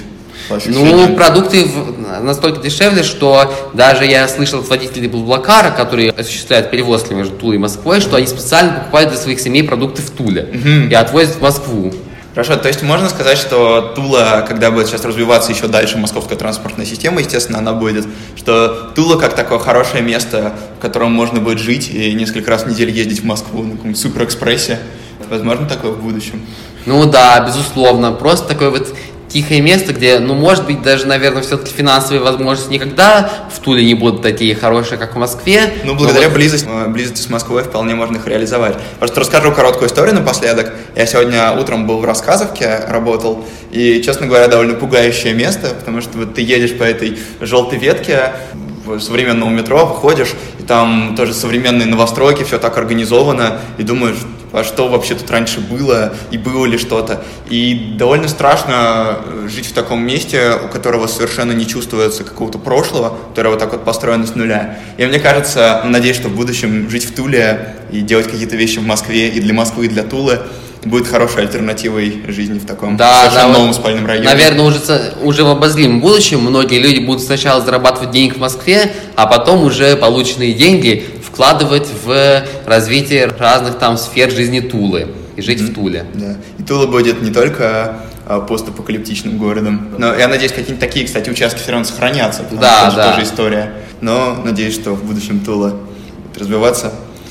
Ну, продукты настолько дешевле, что даже я слышал от водителей Блаблакара, которые осуществляют перевозки между Тулой и Москвой, что они специально покупают для своих семей продукты в Туле uh-huh. и отвозят в Москву. Хорошо, то есть можно сказать, что Тула, когда будет сейчас развиваться еще дальше московская транспортная система, естественно, она будет, что Тула как такое хорошее место, в котором можно будет жить и несколько раз в неделю ездить в Москву на каком-то суперэкспрессе. Возможно, такое в будущем? Ну да, безусловно. Просто такой вот тихое место, где, ну, может быть, даже, наверное, все-таки финансовые возможности никогда в Туле не будут такие хорошие, как в Москве. Ну, благодаря вот... близости, близости с Москвой вполне можно их реализовать. Просто расскажу короткую историю напоследок. Я сегодня утром был в Рассказовке, работал, и, честно говоря, довольно пугающее место, потому что вот ты едешь по этой желтой ветке современного метро, выходишь, и там тоже современные новостройки, все так организовано, и думаешь, а что вообще тут раньше было, и было ли что-то. И довольно страшно жить в таком месте, у которого совершенно не чувствуется какого-то прошлого, которое вот так вот построено с нуля. И мне кажется, надеюсь, что в будущем жить в Туле и делать какие-то вещи в Москве и для Москвы, и для Тулы будет хорошей альтернативой жизни в таком да, совершенно да, новом вот, спальном районе. Наверное, уже, уже в обозримом будущем многие люди будут сначала зарабатывать денег в Москве, а потом уже полученные деньги вкладывать в развитие разных там сфер жизни Тулы и жить mm-hmm. в Туле. Да. И Тула будет не только а, постапокалиптичным городом, но я надеюсь, какие-то такие, кстати, участки все равно сохранятся, потому да, что это да. тоже история. Но надеюсь, что в будущем Тула будет развиваться.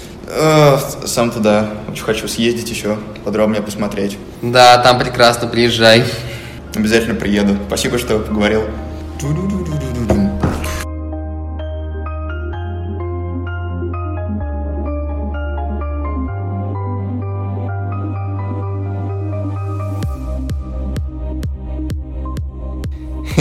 Сам туда очень хочу съездить еще, подробнее посмотреть. Да, там прекрасно, приезжай. Обязательно приеду. Спасибо, что поговорил.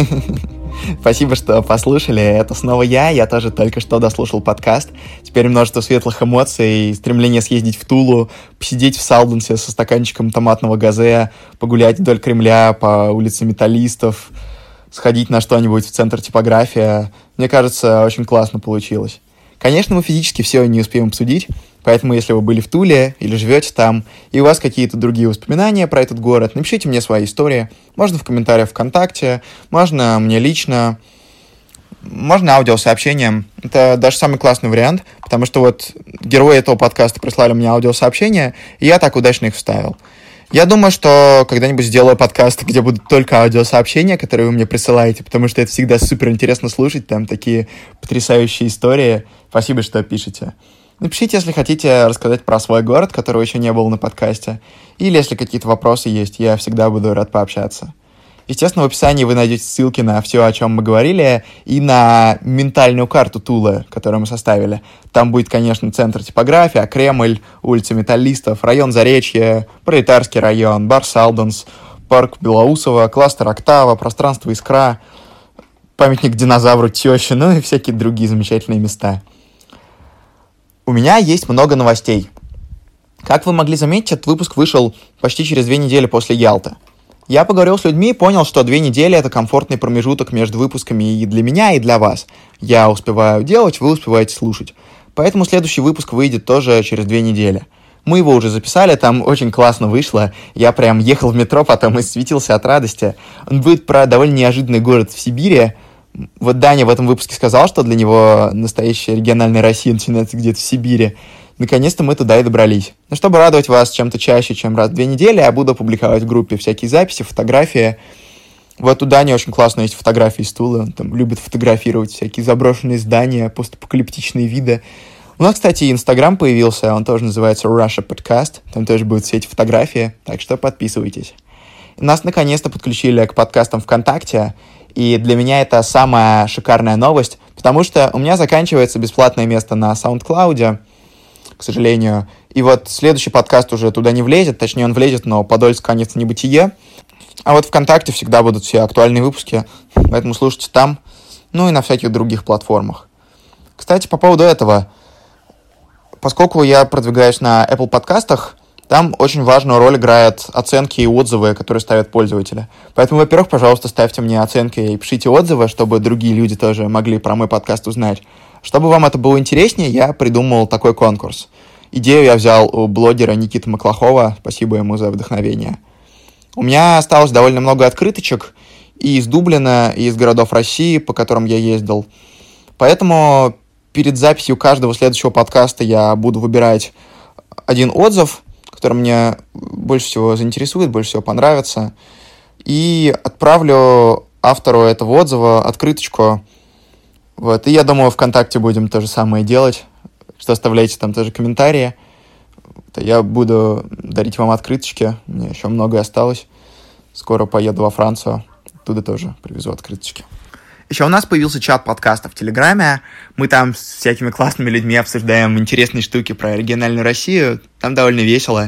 Спасибо, что послушали. Это снова я. Я тоже только что дослушал подкаст. Теперь множество светлых эмоций, стремление съездить в Тулу, посидеть в Салденсе со стаканчиком томатного газе, погулять вдоль Кремля по улице Металлистов, сходить на что-нибудь в центр типография. Мне кажется, очень классно получилось. Конечно, мы физически все не успеем обсудить, поэтому если вы были в Туле или живете там, и у вас какие-то другие воспоминания про этот город, напишите мне свои истории. Можно в комментариях ВКонтакте, можно мне лично, можно аудиосообщением. Это даже самый классный вариант, потому что вот герои этого подкаста прислали мне аудиосообщения, и я так удачно их вставил. Я думаю, что когда-нибудь сделаю подкаст, где будут только аудиосообщения, которые вы мне присылаете, потому что это всегда супер интересно слушать, там такие потрясающие истории. Спасибо, что пишете. Напишите, если хотите рассказать про свой город, который еще не был на подкасте, или если какие-то вопросы есть, я всегда буду рад пообщаться. Естественно, в описании вы найдете ссылки на все, о чем мы говорили, и на ментальную карту Тулы, которую мы составили. Там будет, конечно, центр типография, Кремль, улица Металлистов, район Заречье, Пролетарский район, бар Салденс, парк Белоусово, кластер Октава, пространство Искра, памятник динозавру Тещи, ну и всякие другие замечательные места. У меня есть много новостей. Как вы могли заметить, этот выпуск вышел почти через две недели после Ялты. Я поговорил с людьми и понял, что две недели — это комфортный промежуток между выпусками и для меня, и для вас. Я успеваю делать, вы успеваете слушать. Поэтому следующий выпуск выйдет тоже через две недели. Мы его уже записали, там очень классно вышло. Я прям ехал в метро, потом и светился от радости. Он будет про довольно неожиданный город в Сибири. Вот Даня в этом выпуске сказал, что для него настоящая региональная Россия начинается где-то в Сибири. Наконец-то мы туда и добрались. Но чтобы радовать вас чем-то чаще, чем раз в две недели, я буду публиковать в группе всякие записи, фотографии. Вот у Дани очень классно есть фотографии из Тулы. Он там любит фотографировать всякие заброшенные здания, постапокалиптичные виды. У нас, кстати, Инстаграм появился, он тоже называется Russia Podcast. Там тоже будут все эти фотографии, так что подписывайтесь. Нас наконец-то подключили к подкастам ВКонтакте, и для меня это самая шикарная новость, потому что у меня заканчивается бесплатное место на SoundCloud, к сожалению. И вот следующий подкаст уже туда не влезет, точнее он влезет, но Подольск конец небытие. А вот ВКонтакте всегда будут все актуальные выпуски, поэтому слушайте там, ну и на всяких других платформах. Кстати, по поводу этого, поскольку я продвигаюсь на Apple подкастах, там очень важную роль играют оценки и отзывы, которые ставят пользователи. Поэтому, во-первых, пожалуйста, ставьте мне оценки и пишите отзывы, чтобы другие люди тоже могли про мой подкаст узнать. Чтобы вам это было интереснее, я придумал такой конкурс. Идею я взял у блогера Никиты Маклахова, спасибо ему за вдохновение. У меня осталось довольно много открыточек и из Дублина, и из городов России, по которым я ездил. Поэтому перед записью каждого следующего подкаста я буду выбирать один отзыв, который мне больше всего заинтересует, больше всего понравится, и отправлю автору этого отзыва открыточку. Вот. И я думаю, ВКонтакте будем то же самое делать, что оставляйте там тоже комментарии. Я буду дарить вам открыточки, мне еще многое осталось. Скоро поеду во Францию, оттуда тоже привезу открыточки. Еще у нас появился чат подкаста в Телеграме. Мы там с всякими классными людьми обсуждаем интересные штуки про региональную Россию. Там довольно весело.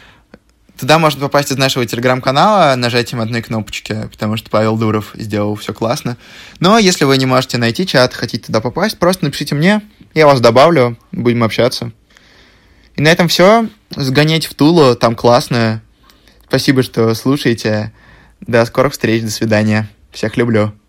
Туда можно попасть из нашего Телеграм-канала нажатием одной кнопочки, потому что Павел Дуров сделал все классно. Но если вы не можете найти чат, хотите туда попасть, просто напишите мне, я вас добавлю, будем общаться. И на этом все. Сгоняйте в Тулу, там классно. Спасибо, что слушаете. До скорых встреч, до свидания. Всех люблю.